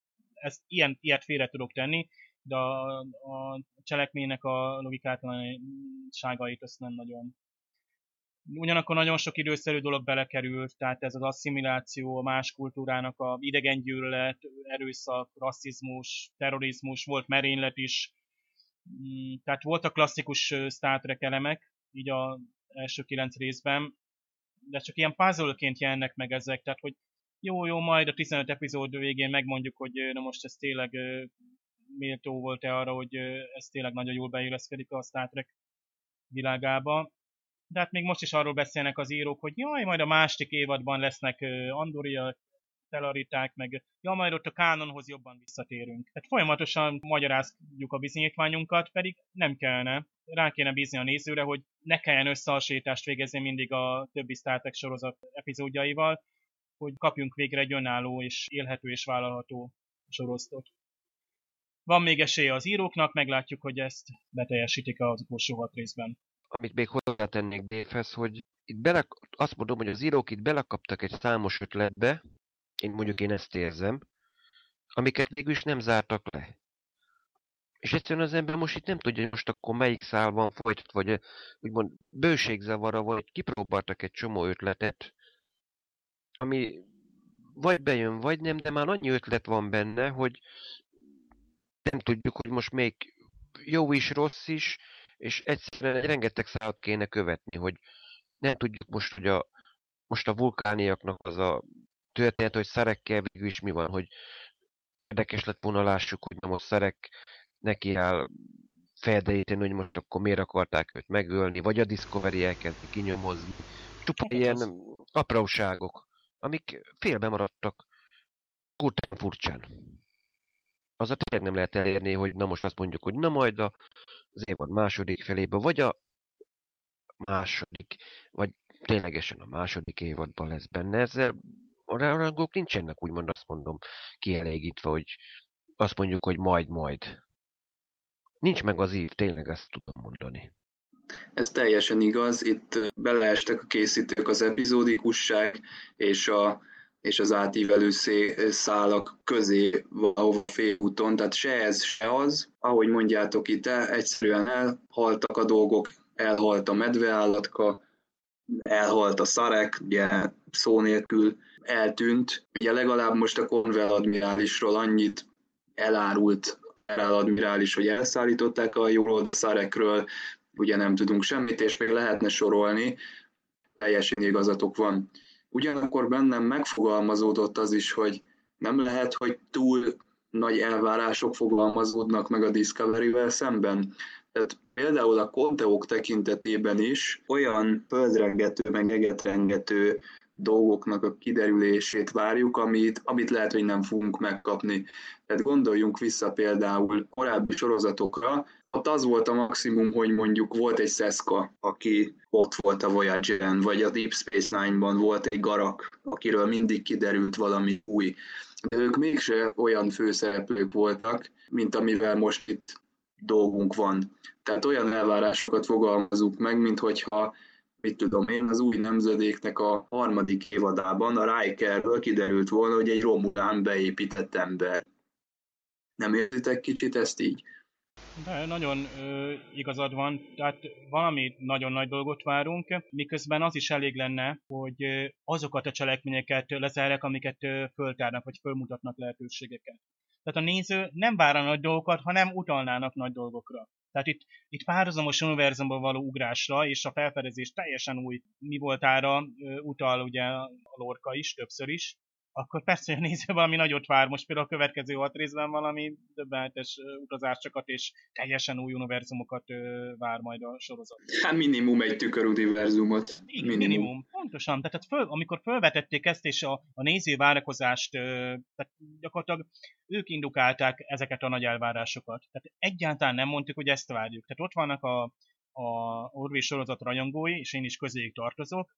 ilyet félre tudok tenni, de a cselekménynek a logikátlanságait azt nem nagyon. Ugyanakkor nagyon sok időszerű dolog belekerült, tehát ez az asszimiláció, a más kultúrának a idegengyűlölet, erőszak, rasszizmus, terrorizmus, volt merénylet is. Tehát voltak klasszikus Star Trek elemek, így az első 9 részben, de csak ilyen puzzle-ként jelennek meg ezek, tehát hogy jó, majd a 15 epizód végén megmondjuk, hogy na most ez tényleg méltó volt-e arra, hogy ez tényleg nagyon jól beilleszkedik a Star Trek világába. De hát még most is arról beszélnek az írók, hogy jaj, majd a második évadban lesznek Andoria, Telariták, meg majd ott a kánonhoz jobban visszatérünk. Tehát folyamatosan magyarázjuk a bizonyítványunkat, pedig nem kellene. Rá kéne bízni a nézőre, hogy ne kelljen összehasonlítást végezni mindig a többi Star Trek sorozat epizódjaival, hogy kapjunk végre egy önálló és élhető és vállalható sorozatot. Van még esélye az íróknak, meglátjuk, hogy ezt beteljesítik az utolsó 6 részben. Amit még hozzátennék Dave-hez, hogy azt mondom, hogy az írók itt belekaptak egy számos ötletbe, én ezt érzem, amiket végül is nem zártak le. És egyszerűen az ember most itt nem tudja, hogy most akkor melyik szál van folytatva, vagy úgymond bőségzavara, vagy kipróbáltak egy csomó ötletet, ami vagy bejön, vagy nem, de már annyi ötlet van benne, hogy nem tudjuk, hogy most még jó is, rossz is, és egyszerűen egy rengeteg szállat kéne követni, hogy nem tudjuk most, hogy most a vulkániaknak az a történet, hogy Szerekkel végül is mi van, hogy érdekes lett volna lássuk, hogy nem a Szerek neki áll felderíteni, hogy most akkor miért akarták őt megölni, vagy a Discovery elkezdi kinyomozni. Csupa Hát az. ilyen apróságok, amik félbe maradtak kurtán furcsán. Azzal tényleg nem lehet elérni, hogy na most azt mondjuk, hogy na majd az évad második felébe, vagy a második, vagy ténylegesen a második évadban lesz benne. Ezzel a rangok nincsenek, úgymond azt mondom, kielégítve, hogy azt mondjuk, hogy majd. Nincs meg az ív, tényleg ezt tudom mondani. Ez teljesen igaz, itt beleestek a készítők az epizódikusság és az átívelő szálak közé valahova félúton, tehát se ez, se az. Ahogy mondjátok itt, egyszerűen elhaltak a dolgok, elhalt a medveállatka, elhalt a Szarek, ugye szó nélkül eltűnt. Ugye legalább most a Conwell admirálisról annyit elárult admirális, hogy elszállították a hajóról, a Szarekről ugye nem tudunk semmit, és még lehetne sorolni, teljesen igazatok van. Ugyanakkor bennem megfogalmazódott az is, hogy nem lehet, hogy túl nagy elvárások fogalmazódnak meg a Discovery-vel szemben. Tehát például a konteók tekintetében is olyan földrengető, meg egetrengető dolgoknak a kiderülését várjuk, amit lehet, hogy nem fogunk megkapni. Tehát gondoljunk vissza például korábbi sorozatokra, ott az volt a maximum, hogy mondjuk volt egy Seska, aki ott volt a Voyager-en, vagy a Deep Space Nine-ban volt egy Garak, akiről mindig kiderült valami új. De ők mégse olyan főszereplők voltak, mint amivel most itt dolgunk van. Tehát olyan elvárásokat fogalmazunk meg, mint hogyha mit tudom én, az új nemzedéknek a harmadik évadában a Rikerről kiderült volna, hogy egy Romulán beépített ember. Nem érzitek kicsit ezt így? De nagyon igazad van, tehát valami nagyon nagy dolgot várunk, miközben az is elég lenne, hogy azokat a cselekményeket lezárják, amiket föltárnak, vagy fölmutatnak lehetőségeket. Tehát a néző nem vár a nagy dolgokat, hanem utalnának nagy dolgokra. Tehát itt párhuzamos univerzumban való ugrásra és a felfedezés teljesen új mi voltára utal ugye a Lorca is, többször is, akkor persze, hogy a néző valami nagyot vár. Most például a következő 6 részben valami döbbenetes utazásokat és teljesen új univerzumokat vár majd a sorozat. Hát minimum egy tüköruniverzumot. Igen, minimum. Pontosan. Tehát amikor felvetették ezt és a néző várakozást, tehát gyakorlatilag ők indukálták ezeket a nagy elvárásokat. Tehát egyáltalán nem mondtuk, hogy ezt várjuk. Tehát ott vannak a Orville sorozat rajongói, és én is közéjük tartozok,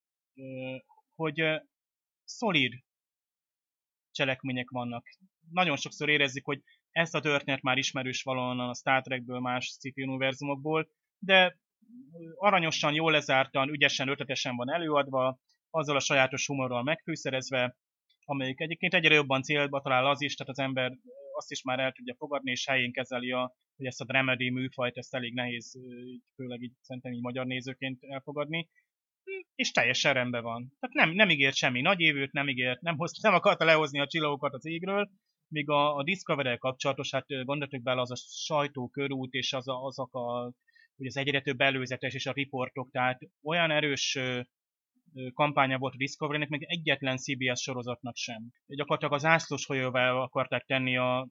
hogy szolid cselekmények vannak. Nagyon sokszor érezzük, hogy ezt a történet már ismerős valahonnan a Star Trekből, más sci-fi univerzumokból, de aranyosan, jól lezártan, ügyesen, ötletesen van előadva, azzal a sajátos humorral megfűszerezve, amelyik egyébként egyre jobban célba talál az is, tehát az ember azt is már el tudja fogadni, és helyén kezeli, hogy ezt a dramedy műfajt, ezt elég nehéz, főleg így szerintem így magyar nézőként elfogadni, és teljesen rendben van. Tehát nem ígért semmi nagy évőt, nem akarta lehozni a csillagokat az égről, míg a Discovery-el kapcsolatos, hát gondoltuk bele az a sajtókörút, és hogy az egyre több előzetes és a riportok, tehát olyan erős kampánya volt a Discovery-nek, meg egyetlen CBS sorozatnak sem. Gyakorlatilag az zászlós hajóval akarták tenni a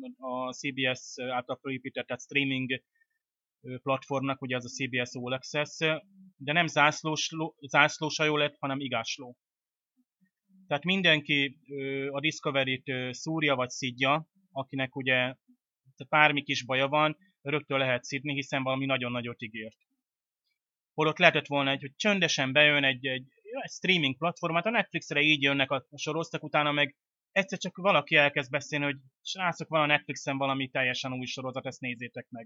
CBS által felépített, tehát streaming platformnak, ugye az a CBS All Access, de nem zászlós hajó lett, hanem igásló. Tehát mindenki a Discovery-t szúrja vagy szidja, akinek ugye bármi kis baja van, rögtön lehet szidni, hiszen valami nagyon nagyot ígért. Holott lehetett volna, hogy csöndesen bejön egy streaming platformát, a Netflixre így jönnek a soroztak, utána meg egyszer csak valaki elkezd beszélni, hogy srácok, van a Netflixen valami teljesen új sorozat, ezt nézzétek meg.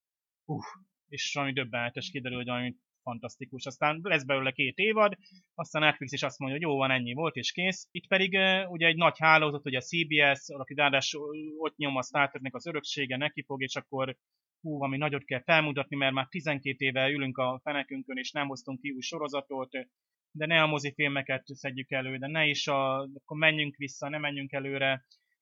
És valami döbbenetes, kiderül, hogy valami fantasztikus. Aztán lesz belőle 2 évad, aztán Netflix is azt mondja, hogy jó van, ennyi volt, és kész. Itt pedig ugye egy nagy hálózat, ugye a CBS, aki ráadásul ott nyom a Star Treknek az öröksége, neki fog, és akkor valami nagyot kell felmutatni, mert már 12 éve ülünk a fenekünkön, és nem hoztunk ki új sorozatot, de ne a mozifilmeket szedjük elő, de ne is akkor menjünk vissza, ne menjünk előre.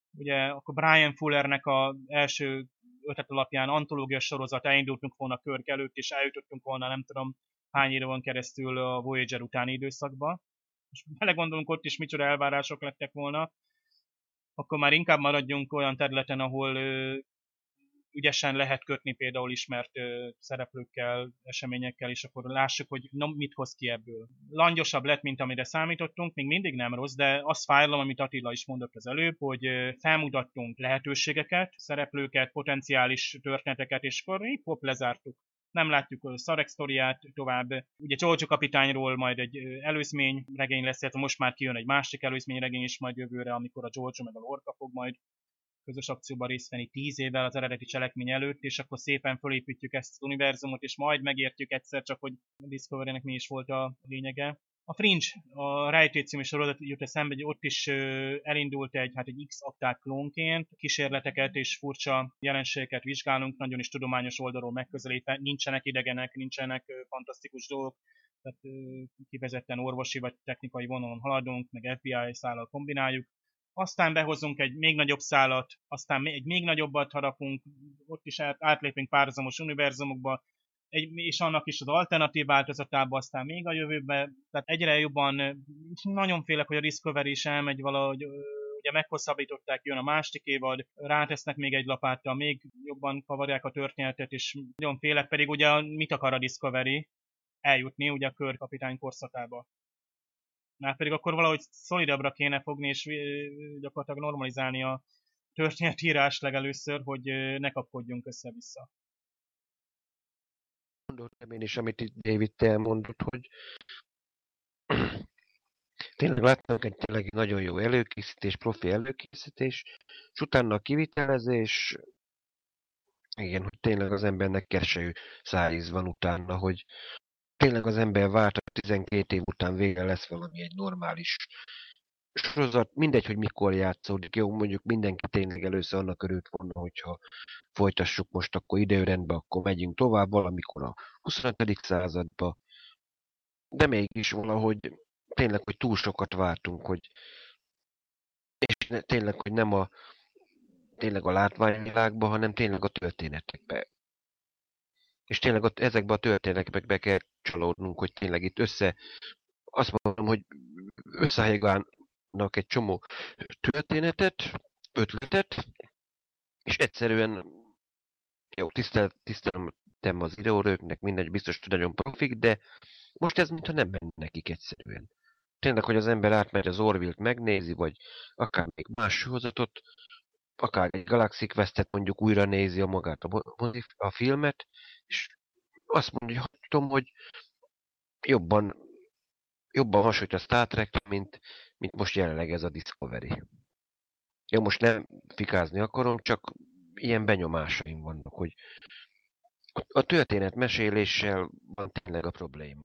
Ugye akkor Brian Fullernek az első ötlet alapján antológia sorozat elindultunk volna Kirk előtt, és eljutottunk volna nem tudom hány évon keresztül a Voyager utáni időszakba. És belegondolunk, ott is micsoda elvárások lettek volna, akkor már inkább maradjunk olyan területen, ahol ügyesen lehet kötni például ismert szereplőkkel, eseményekkel, és akkor lássuk, hogy mit hoz ki ebből. Langyosabb lett, mint amire számítottunk, még mindig nem rossz, de azt fájlom, amit Attila is mondott az előbb, hogy felmutattunk lehetőségeket, szereplőket, potenciális történeteket, és akkor hip-hop lezártuk. Nem látjuk a Sarek sztoriát tovább. Ugye Giorgio kapitányról majd egy előzmény regény lesz, illetve most már kijön egy másik előzmény regény is majd jövőre, amikor a Giorgio meg a Lorca fog majd közös akcióban részt venni 10 évvel az eredeti cselekmény előtt, és akkor szépen fölépítjük ezt az univerzumot, és majd megértjük egyszer csak, hogy a Discovery-nek mi is volt a lényege. A Fringe, a Rejtét című sorozat jut eszembe, hogy ott is elindult egy X-akták klónként, kísérleteket és furcsa jelenségeket vizsgálunk, nagyon is tudományos oldalról megközelítve, nincsenek idegenek, nincsenek fantasztikus dolgok, tehát kifejezetten orvosi vagy technikai vonalon haladunk, meg FBI szállal kombináljuk. Aztán behozunk egy még nagyobb szálat, aztán egy még nagyobbat harapunk, ott is átlépünk párhuzamos univerzumokba, és annak is az alternatív változatába, aztán még a jövőbe, tehát egyre jobban, nagyon félek, hogy a Discovery is elmegy valahogy, ugye meghosszabbították, jön a másik évad, rátesznek még egy lapáttal, még jobban kavarják a történetet, és nagyon félek, pedig ugye mit akar a Discovery? Eljutni ugye a Kirk kapitány korszakába. Már pedig akkor valahogy szolidabbra kéne fogni, és gyakorlatilag normalizálni a történetírás legelőször, hogy ne kapkodjunk össze-vissza. Gondoltam én is, amit itt David te elmondott, hogy tényleg látnak egy tényleg nagyon jó előkészítés, profi előkészítés, és utána a kivitelezés, igen, hogy tényleg az embernek keserű szájíz van utána, hogy tényleg az ember várt, hogy 12 év után végre lesz valami egy normális sorozat, mindegy, hogy mikor játszódik. Jó, mondjuk mindenki tényleg először annak örült volna, hogyha folytassuk most akkor időrendbe, akkor megyünk tovább valamikor a 25. századba. De mégis valahogy tényleg, hogy túl sokat vártunk, hogy és tényleg, hogy nem tényleg a látványvilágba, hanem tényleg a történetekbe. És tényleg ezekbe a történetekbe be kell csalódnunk, hogy tényleg itt azt mondom, hogy összehajgálnak egy csomó történetet, ötletet, és egyszerűen, jó, tiszteltem az írónőknek, mindegy, biztos nagyon profik, de most ez mintha nem menne nekik egyszerűen. Tényleg, hogy az ember átmegy az Orville-t megnézi, vagy akár még más sorozatot, akár egy Galaxy Quest-et mondjuk újra nézi magát a filmet, és azt mondja, hogy tudom, hogy jobban hasonlít a Star Trek, mint most jelenleg ez a Discovery. Jó, most nem fikázni akarom, csak ilyen benyomásaim vannak, hogy a történet meséléssel van tényleg a probléma.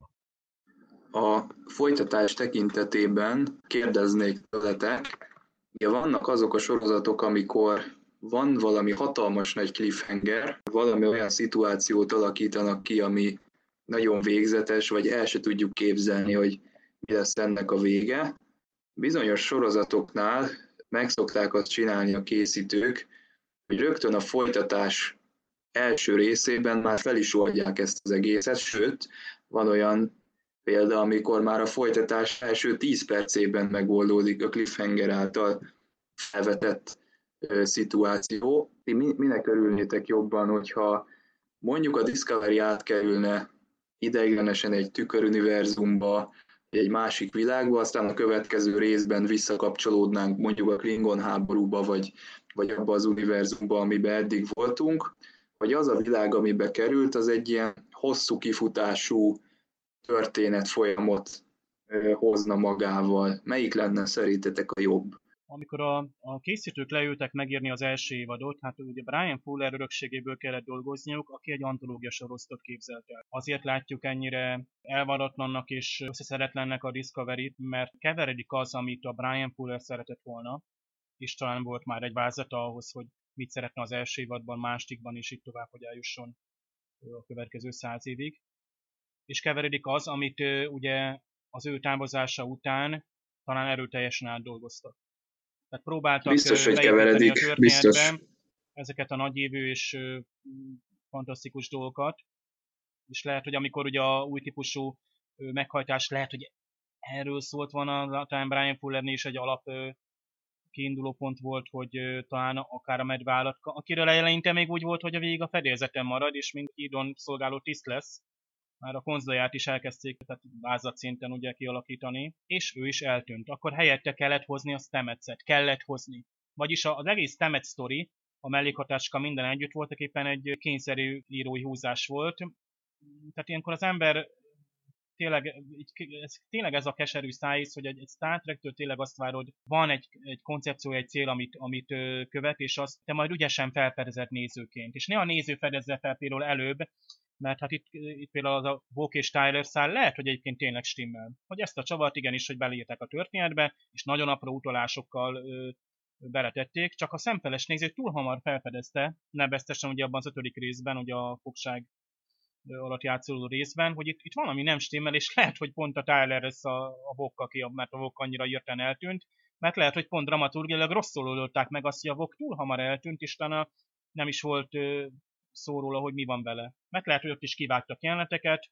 A folytatás tekintetében kérdeznék tőletek, ugye vannak azok a sorozatok, amikor van valami hatalmas nagy cliffhanger, valami olyan szituációt alakítanak ki, ami nagyon végzetes, vagy el se tudjuk képzelni, hogy mi lesz ennek a vége. Bizonyos sorozatoknál megszokták azt csinálni a készítők, hogy rögtön a folytatás első részében már fel is oldják ezt az egészet, sőt, van olyan példa, amikor már a folytatás első 10 percében megoldódik a cliffhanger által felvetett szituáció. Ti minek örülnétek jobban, hogyha mondjuk a Discovery átkerülne ideiglenesen egy tüköruniverzumba, egy másik világba, aztán a következő részben visszakapcsolódnánk mondjuk a Klingon háborúba, vagy abba az univerzumba, amiben eddig voltunk, vagy az a világ, amibe került, az egy ilyen hosszú kifutású történet folyamot hozna magával. Melyik lenne szerintetek a jobb? Amikor a készítők leültek megírni az első évadot, hát ugye Brian Fuller örökségéből kellett dolgozniuk, aki egy antológia sorozatot képzelt el. Azért látjuk ennyire elvaratlannak és összeszeretlennek a Discovery-t, mert keveredik az, amit a Brian Fuller szeretett volna, és talán volt már egy vázlata ahhoz, hogy mit szeretne az első évadban, másodikban, és így tovább, hogy eljusson a következő 100 évig. És keveredik az, amit ugye az ő távozása után talán erőteljesen átdolgoztak. Tehát próbáltak Biztos, hogy beépíteni a keveredik, biztos. történetbe ezeket a nagyévű és fantasztikus dolgokat, és lehet, hogy amikor ugye a új típusú meghajtás, lehet, hogy erről szólt volna, talán Brian Fullernél is egy alap kiinduló pont volt, hogy talán akár a medveállatka, akiről eleinte még úgy volt, hogy a végig a fedélzeten marad, és mint hídon szolgáló tiszt lesz, már a konzolaját is elkezdték, tehát vázlat szinten ugye kialakítani, és ő is eltűnt. Akkor helyette kellett hozni a Stamets-et, kellett hozni. Vagyis az egész Stamets sztori, a mellékhatáska minden együtt voltak éppen egy kényszerű írói húzás volt. Tehát ilyenkor az ember tényleg ez a keserű szájíz, hogy egy Star Trek-től tényleg azt várod, van egy koncepció, egy cél, amit követ, és azt te majd ügyesen felfedezed nézőként. És ne a néző fedezze fel például előbb, mert hát itt például az a Vogue és Tyler szál lehet, hogy egyébként tényleg stimmel. Hogy ezt a csavart igenis, hogy beleírták a történetbe, és nagyon apró utalásokkal beletették, csak a szemfeles néző túl hamar felfedezte, neveztesen ugye abban az 5. részben, ugye a fogság alatt játszódó részben, hogy itt valami nem stimmel, és lehet, hogy pont a Tyler lesz a Vok, mert a Vok annyira hirtelen eltűnt, mert lehet, hogy pont dramaturgiailag rosszul oldották meg azt, hogy a Vok túl hamar eltűnt, és talán nem is volt szó róla, hogy mi van vele. Mert lehet, hogy ott is kivágtak jeleneteket,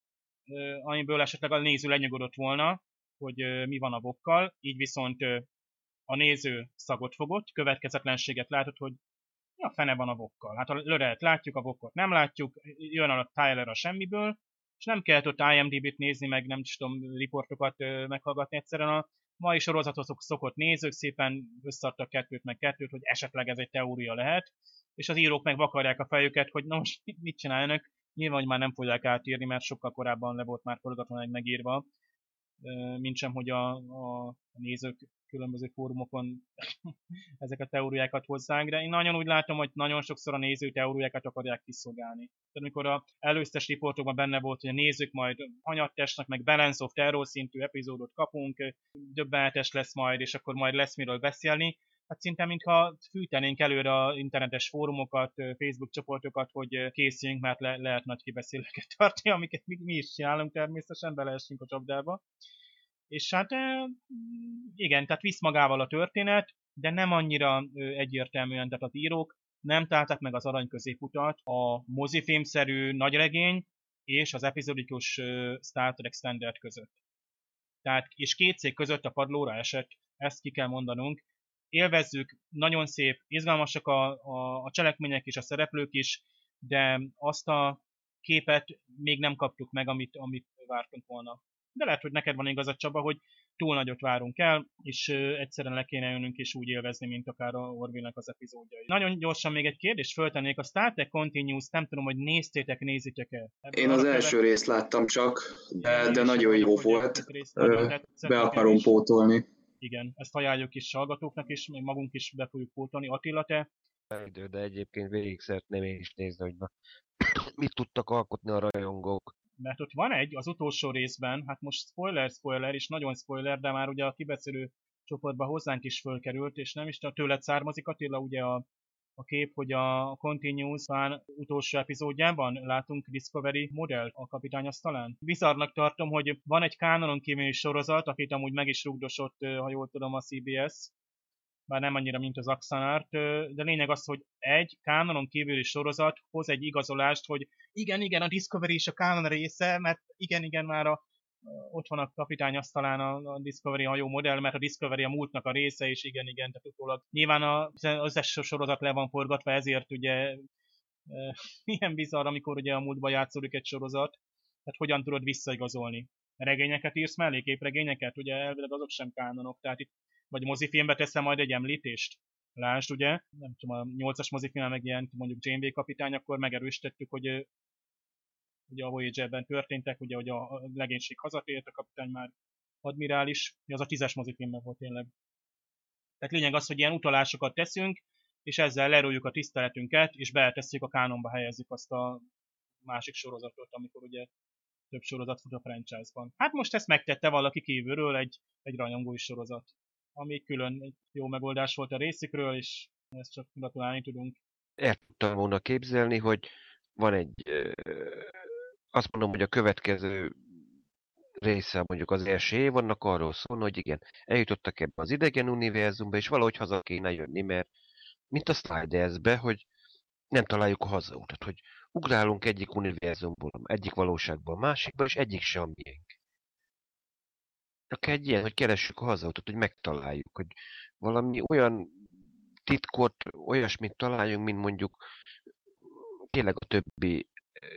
amiből esetleg a néző lenyugodott volna, hogy mi van a Vokkal, így viszont a néző szagot fogott, következetlenséget látott, hogy mi a fene van a Vokkal. Hát a Lorelt látjuk, a Vokot nem látjuk, jön a Tyler a semmiből, és nem kellett ott IMDb-t nézni, meg nem tudom, riportokat meghallgatni, egyszerűen a mai sorozathoz szokott nézők szépen összeadtak kettőt meg kettőt, hogy esetleg ez egy teória lehet, és az írók meg vakarják a fejüket, hogy na most mit csináljanak, nyilván, hogy már nem fogják átírni, mert sokkal korábban le volt már forgatlan megírva, mint sem, hogy a nézők különböző fórumokon ezek a teóriákat hozzák, de én nagyon úgy látom, hogy nagyon sokszor a néző teóriákat akarják kiszolgálni. Tehát amikor az előztes riportokban benne volt, hogy a nézők majd hanyattesnek, meg Balance of Terror szintű epizódot kapunk, döbbenetes lesz majd, és akkor majd lesz miről beszélni, hát szinte mintha fűtenénk előre az internetes fórumokat, Facebook csoportokat, hogy készüljünk, mert lehet nagy kibeszélőket tartani, amiket mi is csinálunk természetesen, beleesünk a csapdába. És hát igen, tehát visz magával a történet, de nem annyira egyértelműen, tehát az írók nem találtak meg az arany középutat a mozifilmszerű nagyregény és az epizódikus Star Trek standard között. Tehát, és két cég között a padlóra esett, ezt ki kell mondanunk. Élvezzük, nagyon szép, izgalmasak a cselekmények és a szereplők is, de azt a képet még nem kaptuk meg, amit vártunk volna. De lehet, hogy neked van igazad, Csaba, hogy túl nagyot várunk el, és egyszerűen le kéne jönnünk és úgy élvezni, mint akár a Orville-nek az epizódjai. Nagyon gyorsan még egy kérdést föltennék. A Star Trek Continuous, nem tudom, hogy nézitek-e? Én az első részt láttam csak, de nagyon jó volt. Be akarom pótolni. Igen, ezt ajánljuk is hallgatóknak is, még magunk is be fogjuk pótolni. Attila, te? De egyébként végig szeretném én is nézni, hogy mit tudtak alkotni a rajongók. Mert ott van az utolsó részben, hát most spoiler, és nagyon spoiler, de már ugye a kibeszélő csoportban hozzánk is fölkerült, és nem is tőled származik, Attila, ugye a kép, hogy a Continuous talán utolsó epizódjában látunk Discovery modellt a kapitányasztalán. Bizarrnak tartom, hogy van egy kánonon kívüli sorozat, akit amúgy meg is rugdosott, ha jól tudom, a CBS, bár nem annyira, mint az Axanart, de lényeg az, hogy egy kánonon kívüli sorozat hoz egy igazolást, hogy igen, a Discovery is a kánon része, mert igen, már ott van a kapitány asztalán a Discovery hajó modell, mert a Discovery a múltnak a része, és igen, tehát utólag. Nyilván az összes sorozat le van forgatva, ezért ugye ilyen bizarr, amikor ugye a múltban játszódik egy sorozat, tehát hogyan tudod visszaigazolni. Regényeket írsz mellé, képregényeket, ugye elvileg azok sem kánonok, tehát itt vagy mozifilmbe teszem majd egy említést. Lásd, ugye, nem tudom, a 8-as mozifilmen megjelent mondjuk Janeway kapitány, akkor megerősítettük, hogy ugye a Voyager-ben történtek, ugye, hogy a legénység hazatért, a kapitány már admirális, az a 10-es mozifilmben volt tényleg. Tehát lényeg az, hogy ilyen utalásokat teszünk, és ezzel lerújjuk a tiszteletünket, és beletesszük a kánonba helyezzük azt a másik sorozatot, amikor ugye több sorozat fut a franchise-ban. Hát most ezt megtette valaki kívülről, egy rajongói sorozat, ami külön egy jó megoldás volt a részükről, és ezt csak gratulálni tudunk. El tudtam volna képzelni, hogy van egy, azt mondom, hogy a következő része mondjuk az első évadnak arról szól, hogy igen, eljutottak ebbe az idegen univerzumba, és valahogy haza kéne jönni, mert mint a Sliders-be, hogy nem találjuk a hazautat, hogy ugrálunk egyik univerzumból, egyik valóságból a másikba, és egyik sem a miénk. Akár egy ilyen, hogy keressük a hazautat, hogy megtaláljuk, hogy valami olyan titkot, olyasmit találjunk, mint mondjuk tényleg a többi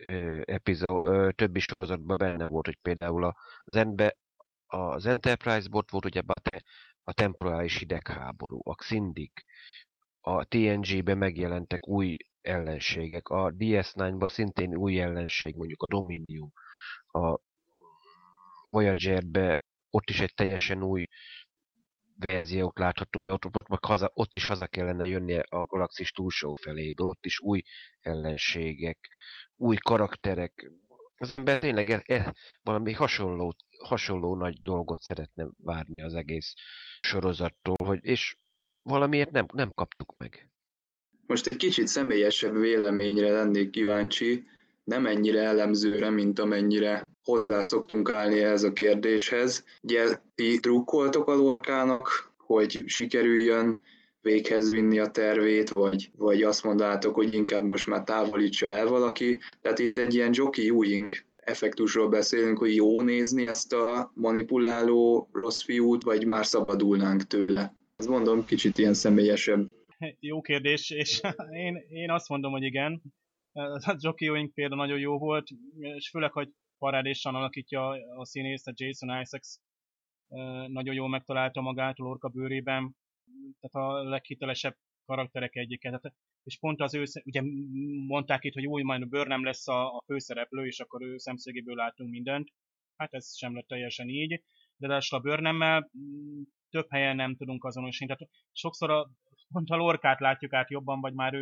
többi sorozatban benne volt, hogy például az Enterprise bot volt, ugye a temporális hidegháború, a Xindik, a TNG-ben megjelentek új ellenségek, a DS9-ban szintén új ellenség, mondjuk a Dominion, a Voyager-ben ott is egy teljesen új verziók látható, ott is haza kellene jönnie a galaxis túlsó felé, de ott is új ellenségek, új karakterek. Az ember tényleg valami hasonló nagy dolgot szeretne várni az egész sorozattól, és valamiért nem kaptuk meg. Most egy kicsit személyesebb véleményre lennék kíváncsi, nem ennyire elemzőre, mint amennyire hozzá szoktunk állni ehhez a kérdéshez. Ugye ti drukkoltok a Lorkának, hogy sikerüljön véghez vinni a tervét, vagy azt mondtátok, hogy inkább most már távolítsa el valaki. Tehát itt egy ilyen Jockey Ewing effektusról beszélünk, hogy jó nézni ezt a manipuláló rossz fiút, vagy már szabadulnánk tőle. Azt mondom, kicsit ilyen személyesebb. Jó kérdés, és én azt mondom, hogy igen. A Jockey Ewing például nagyon jó volt, és főleg, hogy parádésan alakítja a színészt, a Jason Isaacs nagyon jól megtalálta magát a Lorca bőrében, tehát a leghitelesebb karakterek egyike. Tehát, és pont az ő, ugye mondták itt, hogy új, majd a Burnham lesz a főszereplő, és akkor ő szemszögéből látunk mindent. Hát ez sem lett teljesen így, de a Burnhammel több helyen nem tudunk azonosítani. Tehát sokszor pont a Lorcát látjuk át jobban, vagy már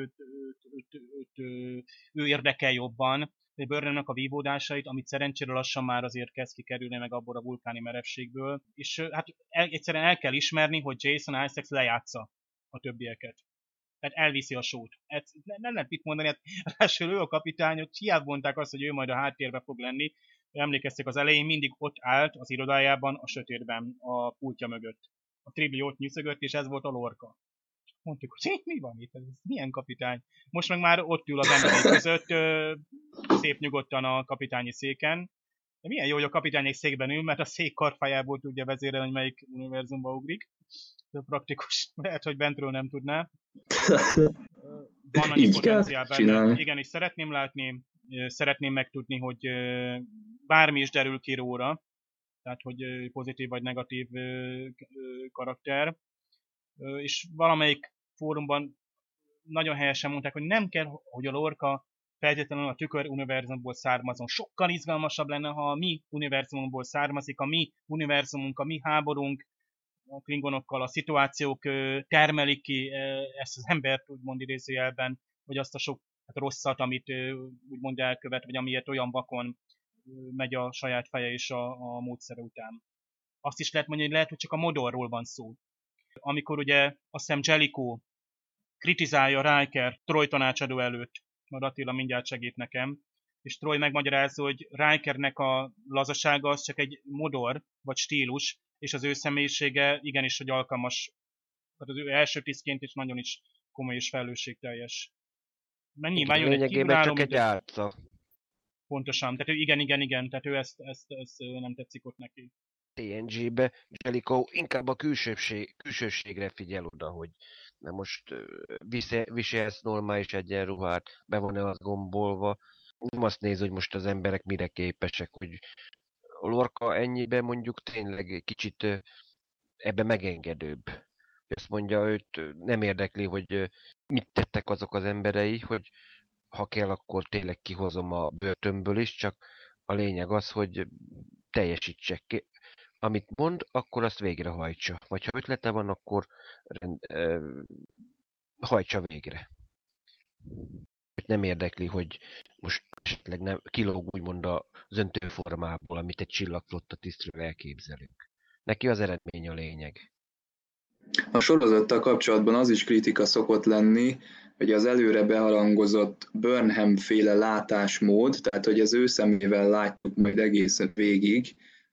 ő érdekel jobban, de Burnhamnek a vívódásait, amit szerencsére lassan már azért kezd kikerülni meg abból a vulkáni merevségből, és hát egyszerűen el kell ismerni, hogy Jason Isaacs lejátsza a többieket. Tehát elviszi a sót. Nem lehet mit mondani, hát ráadásul ő a kapitány, hogy hiába mondták azt, hogy ő majd a háttérbe fog lenni. Emlékeztek, az elején mindig ott állt az irodájában, a sötétben, a pultja mögött. A Tribli ott nyűszögött, és ez volt a Lorca. Mondtuk, hogy mi van itt, ez milyen kapitány? Most meg már ott ül az emberek között, szép nyugodtan a kapitányi széken. De milyen jó, hogy a kapitányi székben ül, mert a szék karfájából tudja vezérelni, hogy melyik univerzumba ugrik. De praktikus. Lehet, hogy bentről nem tudná. Van annyi potenciál benne. Igen, és szeretném látni, szeretném megtudni, hogy bármi is derül ki róla, tehát hogy pozitív vagy negatív karakter. És valamelyik fórumban nagyon helyesen mondták, hogy nem kell, hogy a Lorca feltétlenül a tükör univerzumból származon. Sokkal izgalmasabb lenne, ha a mi univerzumunkból származik, a mi univerzumunk, a mi háborunk, a klingonokkal, a szituációk termelik ki ezt az embert, úgymond idézőjelben, vagy azt a sok rosszat, amit úgymond elkövet, vagy amiért olyan vakon megy a saját feje és a módszere után. Azt is lehet mondani, hogy lehet, hogy csak a modorról van szó. Amikor ugye azt hiszem Jellicoe kritizálja Riker Troy tanácsadó előtt, majd Attila mindjárt segít nekem, és Troy megmagyarázza, hogy Rikernek a lazasága az csak egy modor, vagy stílus, és az ő személyisége igenis, hogy alkalmas, tehát az ő első tisztként is nagyon is komoly és felelősségteljes. Mert nyilván jön egy kívülálló, csak egy álca. Pontosan, tehát ő igen, tehát ő ezt nem tetszik ott neki. TNG-be Jellicoe inkább a külsőségre figyel oda, hogy na most viselsz normális egyenruhát, be van-e az gombolva. Nem azt néz, hogy most az emberek mire képesek, hogy a Lorca ennyiben mondjuk tényleg kicsit ebbe megengedőbb. Azt mondja, őt nem érdekli, hogy mit tettek azok az emberei, hogy ha kell, akkor tényleg kihozom a börtönből is, csak a lényeg az, hogy teljesítsek. Amit mond, akkor azt végrehajtsa. Vagy ha ötlete van, akkor hajtsa végre. Nem érdekli, hogy most esetleg nem kilóg úgymond az öntőformából, amit egy csillagflotta tisztről elképzelünk. Neki az eredmény a lényeg. A sorozattal kapcsolatban az is kritika szokott lenni, hogy az előre beharangozott Burnham-féle látásmód, tehát hogy az ő szemével látjuk majd egészen végig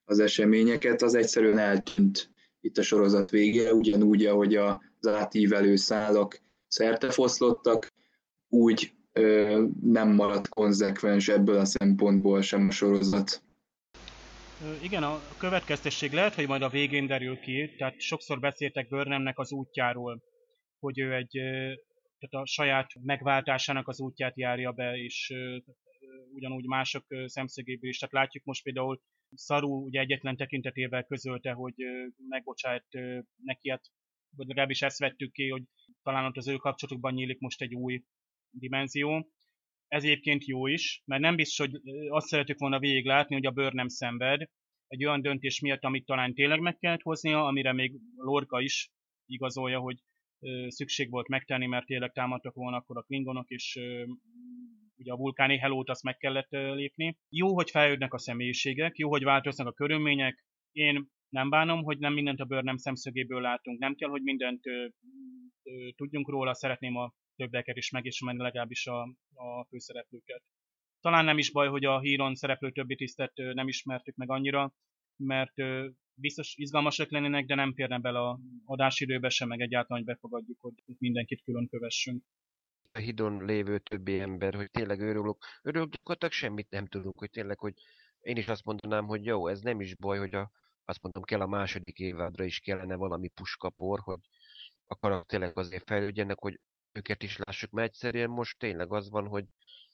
az eseményeket, az egyszerűen eltűnt itt a sorozat végére, ugyanúgy, ahogy az átívelő szálak szertefoszlottak, úgy nem maradt konzekvens ebből a szempontból sem a sorozat. Igen, a következtesség lehet, hogy majd a végén derül ki, tehát sokszor beszéltek Burnhamnek az útjáról, hogy ő tehát a saját megváltásának az útját járja be, és ugyanúgy mások szemszögéből is. Tehát látjuk most például Saru ugye egyetlen tekintetével közölte, hogy megbocsájt neki, vagy legalábbis ezt vettük ki, hogy talán ott az ő kapcsolatukban nyílik most egy új dimenzió. Ez egyébként jó is, mert nem biztos, hogy azt szeretük volna végig látni, hogy a Burnham szenved egy olyan döntés miatt, amit talán tényleg meg kellett hoznia, amire még Lorca is igazolja, hogy szükség volt megtenni, mert tényleg támadtak volna akkor a klingonok, és ugye a vulkáni Helót azt meg kellett lépni. Jó, hogy fejlődnek a személyiségek, jó, hogy változnak a körülmények. Én nem bánom, hogy nem mindent a Burnham szemszögéből látunk. Nem kell, hogy mindent tudjunk róla, szeretném a többeket is megismerni, legalábbis a főszereplőket. Talán nem is baj, hogy a híron szereplő többi tisztet nem ismertük meg annyira, mert biztos izgalmasak lennének, de nem férne bele a adásidőbe sem, meg egyáltalán, hogy befogadjuk, hogy mindenkit külön kövessünk. A hídon lévő többi ember, hogy tényleg őrülök gyakorlatilag semmit nem tudunk, hogy tényleg, hogy én is azt mondanám, hogy jó, ez nem is baj, hogy azt mondom, kell a második évadra is kellene valami puskapor, hogy a karakterek azért fejlődjenek, hogy őket is lássuk, mert egyszerűen most tényleg az van, hogy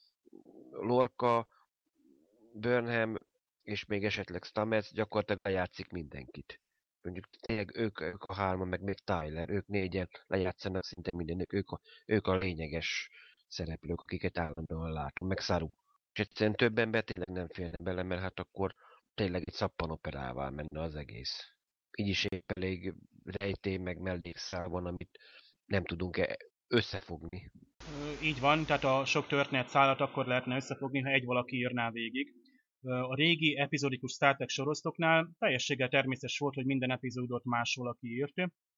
Lorca, Burnham és még esetleg Stamets gyakorlatilag lejátszik mindenkit. Mondjuk tényleg ők a hárman, meg még Tyler, ők négyen lejátszanak szinte mindenük, ők a lényeges szereplők, akiket állandóan látunk, meg Saru. És egyszerűen több ember tényleg nem félne bele, mert hát akkor tényleg egy szappanoperává menne az egész. Így is épp elég rejtély, meg mellékszál van, amit nem tudunk összefogni. Így van, tehát a sok történet szállat akkor lehetne összefogni, ha egy valaki írná végig. A régi epizódikus Star Trek sorozatoknál teljességgel természetes volt, hogy minden epizódot más valaki írt,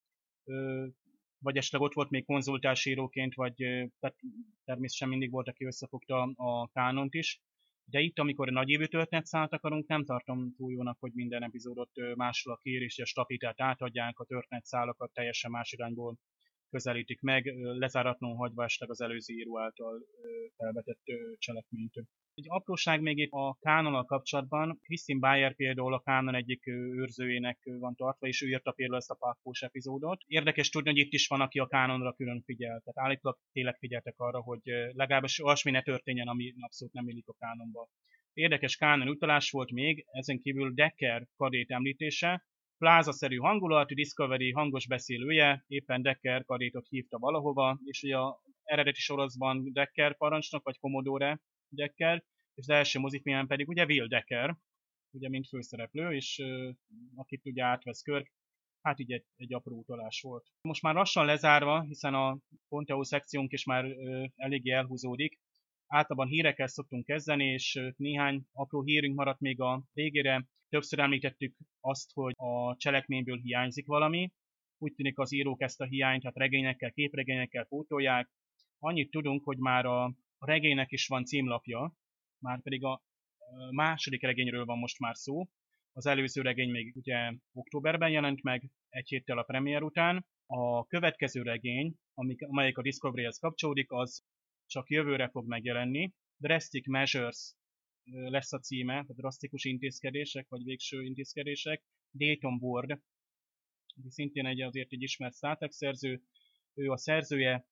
vagy esetleg ott volt még konzultásíróként, vagy tehát természetesen mindig volt, aki összefogta a kánont is. De itt, amikor a nagyévű történetszálat akarunk, nem tartom túl jónak, hogy minden epizódot más valaki ír, és a stafitát átadják, a történetszálakat teljesen más irányból közelítik meg, lezáratlanul hagyva esetleg az előző író által felvetett cselekményt. Egy apróság még itt a Kánonnal kapcsolatban, Christine Bayer például a Kánon egyik őrzőjének van tartva, és ő írta például ezt a Pákós epizódot. Érdekes tudni, hogy itt is van, aki a Kánonra külön figyel. Tehát állítólag tényleg figyeltek arra, hogy legalábbis olyasmi ne történjen, ami abszolút nem illik a Kánonba. Érdekes Kánon utalás volt még, ezen kívül Decker kadét említése, plázaszerű hangulatú Discovery hangos beszélője, éppen Decker kadétot hívta valahova, és ugye az eredeti sorozatban Decker parancsnok, vagy Commodore Decker, és az első mozifilmben pedig ugye Will Decker, ugye mint főszereplő, és akit ugye átvesz Kirk, hát így egy apró utalás volt. Most már lassan lezárva, hiszen a Ponteo szekciónk is már eléggé elhúzódik, általában hírekkel szoktunk kezdeni, és néhány apró hírünk maradt még a végére. Többször említettük azt, hogy a cselekményből hiányzik valami. Úgy tűnik az írók ezt a hiányt, hát regényekkel, képregényekkel pótolják. Annyit tudunk, hogy már a regénynek is van címlapja, már pedig a második regényről van most már szó. Az előző regény még ugye októberben jelent meg, egy héttel a premier után. A következő regény, amelyik a Discovery-hez kapcsolódik, az csak jövőre fog megjelenni. Drastic Measures lesz a címe, tehát drasztikus intézkedések, vagy végső intézkedések. Dayton Ward, aki szintén azért egy ismert Star Trek szerző, ő a szerzője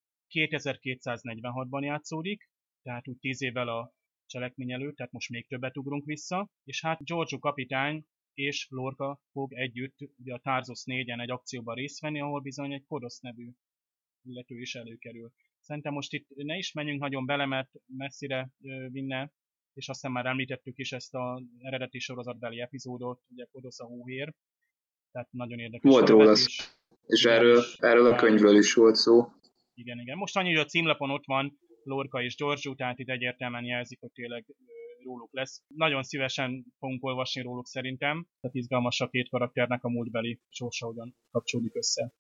2246-ban játszódik, tehát úgy 10 évvel a cselekmény előtt, tehát most még többet ugrunk vissza, és hát Giorgio kapitány és Lorca fog együtt ugye a Tarsus 4-en egy akcióban részt venni, ahol bizony egy Kodos nevű illető is előkerül. Szerintem most itt ne is menjünk nagyon bele, mert messzire vinne, és aztán már említettük is ezt az eredeti sorozatbeli epizódot, ugye Kodos a hóhér, tehát nagyon érdekes. Volt róla, és erről a könyvről is volt szó. Igen. Most annyi, hogy a címlapon ott van Lorca és Giorgio, tehát itt egyértelműen jelzik, hogy tényleg róluk lesz. Nagyon szívesen fogunk olvasni róluk szerintem, tehát izgalmas a két karakternek a múltbeli sorsa, hogyan kapcsolódik össze.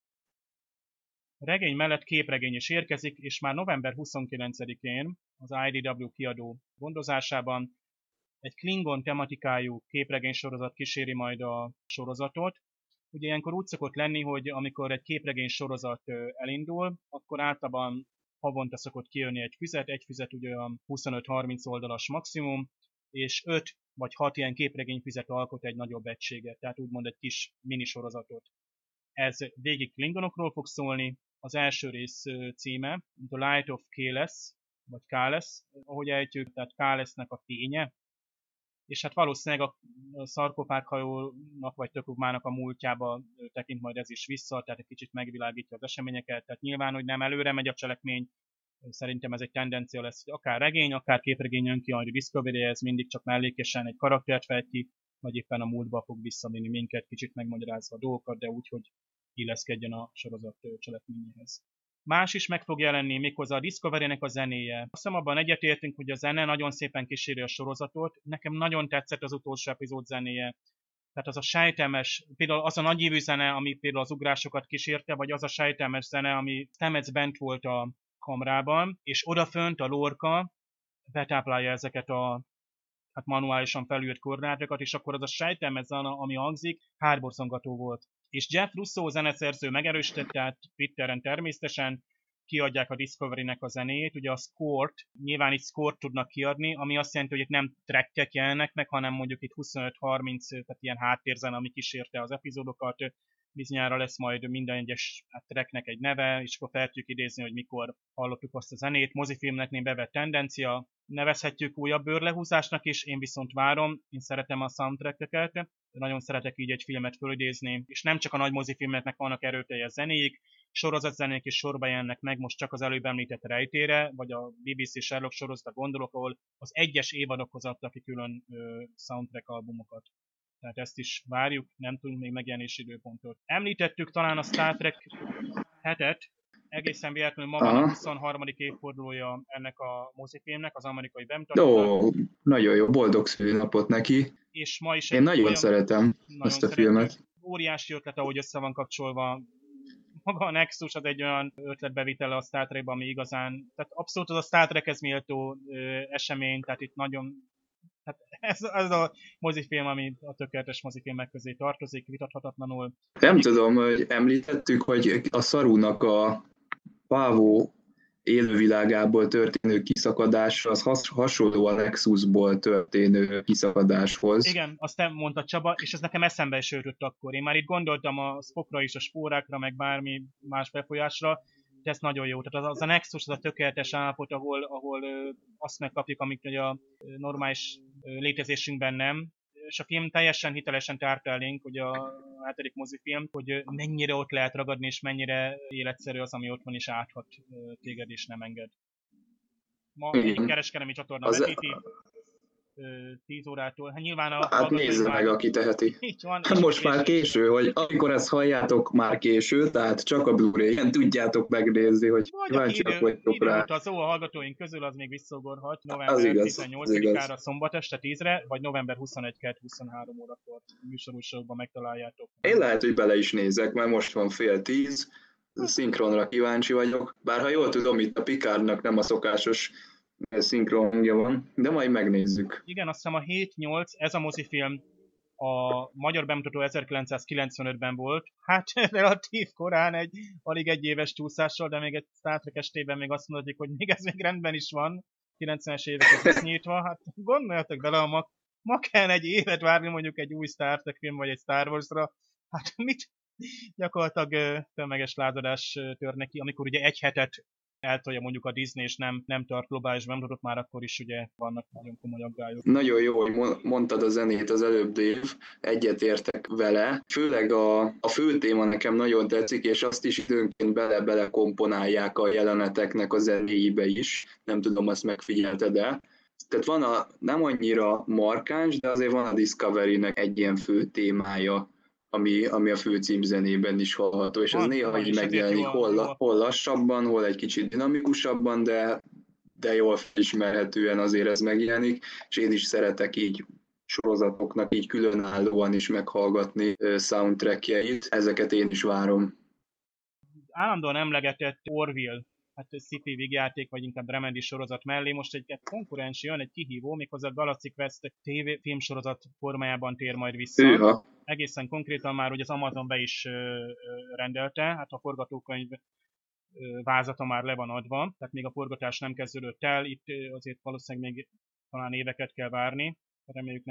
A regény mellett képregény is érkezik, és már november 29-én az IDW kiadó gondozásában egy Klingon tematikájú képregénysorozat kíséri majd a sorozatot. Ugye ilyenkor úgy szokott lenni, hogy amikor egy képregény sorozat elindul, akkor általában havonta szokott kijönni egy füzet ugye olyan 25-30 oldalas maximum, és 5 vagy 6 ilyen képregényfüzet alkot egy nagyobb egységet, tehát úgymond egy kis minisorozatot. Ez végig Klingonokról fog szólni, az első rész címe, The Light of Kahless, vagy Kahless, ahogy ejtjük, tehát Kahlessnek a fénye, és hát valószínűleg a szarkofághajónak vagy Tokugmának a múltjába tekint majd ez is vissza, tehát egy kicsit megvilágítja az eseményeket, tehát nyilván, hogy nem előre megy a cselekmény, szerintem ez egy tendencia lesz, hogy akár regény, akár képregény jön ki, a Discovery, ez mindig csak mellékesen egy karaktert fejt ki, vagy éppen a múltba fog visszavinni minket, kicsit megmagyarázva a dolgokat, de úgy, hogy illeszkedjen a sorozat cselekményéhez. Más is meg fog jelenni, méghozzá a Discovery-nek a zenéje. Azt hiszem abban egyetértünk, hogy a zene nagyon szépen kíséri a sorozatot. Nekem nagyon tetszett az utolsó epizód zenéje. Tehát az a sejtelmes, például az a nagyívű zene, ami például az ugrásokat kísérte, vagy az a sejtelmes zene, ami Stamets bent volt a kamrában, és odafönt a Lorca betáplálja ezeket a manuálisan felült koordinátokat, és akkor az a sejtelmes zene, ami hangzik, hátborzongató volt. És Jeff Russo zeneszerző megerősítette, tehát Twitteren természetesen kiadják a Discovery-nek a zenét, ugye a score-t, nyilván itt score-t tudnak kiadni, ami azt jelenti, hogy itt nem trackek jelennek meg, hanem mondjuk itt 25-30, tehát ilyen háttérzene, ami kísérte az epizódokat, bizonyára lesz majd minden egyes tracknek egy neve, és akkor fel tudjuk idézni, hogy mikor hallottuk azt a zenét. Mozifilmnek bevett tendencia, nevezhetjük újabb bőrlehúzásnak is, én viszont várom, én szeretem a soundtrackeket, nagyon szeretek így egy filmet fölidézni, és nem csak a nagy mozifilmeknek vannak erőteljes zenéik, sorozatzenék is sorba jelennek meg, most csak az előbb említett Rejtére, vagy a BBC Sherlock sorozatra gondolok, ahol az egyes évadokhoz adtak ki külön soundtrack albumokat. Tehát ezt is várjuk, nem tudunk még megjelenési időpontot. Említettük talán a Star Trek 7-et, egészen véletlenül ma van a 23. évfordulója ennek a mozifilmnek, az amerikai bemutatónak. Ó, nagyon jó, boldog szülinapot neki. És ma is én nagyon szeretem azt a filmet. Óriási ötlet, ahogy össze van kapcsolva. Maga a Nexus az egy olyan ötletbevitele a Star Trekben, ami igazán, tehát abszolút az a Star Trekhez méltó esemény, tehát itt nagyon, hát ez a mozifilm, ami a tökéletes mozifilmek közé tartozik, vitathatatlanul. Nem tudom, hogy említettük, hogy a Sarunak a Pávó élővilágából történő kiszakadás az hasonló a Nexusból történő kiszakadáshoz. Igen, azt nem mondta Csaba, és ez nekem eszembe is jutott akkor. Én már itt gondoltam a Spockra is, a spórákra, meg bármi más befolyásra, de ez nagyon jó. Tehát az a Nexus, az a tökéletes állapot, ahol azt megkapjuk, amit a normális létezésünkben nem. És a film teljesen hitelesen tárta elénk, hogy a 7. mozifilm, hogy mennyire ott lehet ragadni, és mennyire életszerű az, ami ott van, és áthat téged, és nem enged. Ma egyik kereskedelmi csatorna vetíti 10 órától. Hát nyilván hát nézze meg, aki teheti. Így van, most már késő, hogy amikor ezt halljátok, már késő, tehát csak a Blu-ray-en tudjátok megnézni, hogy kíváncsiak vagytok rá. Utazó a hallgatóink közül az még visszaugorhat november 18-ára szombat este 10-re, vagy november 21-23 órakor műsorúságban megtaláljátok. Én lehet, hogy bele is nézek, mert most van 9:30, szinkronra kíváncsi vagyok. Bár ha jól tudom, itt a Picardnak nem a szokásos szinkron hangja van, de majd megnézzük. Igen, azt hiszem a 7-8, ez a mozifilm a magyar bemutató 1995-ben volt. Hát relatív korán, alig egy éves csúszással, de még egy Star Trek estében még azt mondhatjuk, hogy még ez még rendben is van. 90-es éveket össznyitva. Hát gondoljatok bele, ma kell egy évet várni mondjuk egy új Star Trek film, vagy egy Star Wars-ra. Hát mit? Gyakorlatilag tömeges lázadás tör neki, amikor ugye egy hetet eltolja mondjuk a Disney, és nem tart globális bemutatót, már akkor is ugye vannak nagyon komoly aggályok. Nagyon jó, hogy mondtad a zenét az előbb, Dave, egyetértek vele. Főleg a fő téma nekem nagyon tetszik, és azt is időnként bele komponálják a jeleneteknek a zenéibe is. Nem tudom, azt megfigyelted-e. Tehát van nem annyira markáns, de azért van a Discovery-nek egy ilyen fő témája, ami a fő címzenében is hallható, és ez néha így megjelenik, hol lassabban, hol egy kicsit dinamikusabban, de jól felismerhetően azért ez megjelenik, és én is szeretek így sorozatoknak így különállóan is meghallgatni soundtrackjeit, ezeket én is várom. Állandóan emlegetett Orville, hát sci-fi vígjáték, vagy inkább Remedy sorozat mellé most egy konkurens jön, egy kihívó, méghozzá a Galaxy Quest TV filmsorozat formájában tér majd vissza. Hűha. Egészen konkrétan már, hogy az Amazon be is rendelte, hát a forgatókönyv vázata már le van adva, tehát még a forgatás nem kezdődött el, itt azért valószínűleg még talán éveket kell várni, reméljük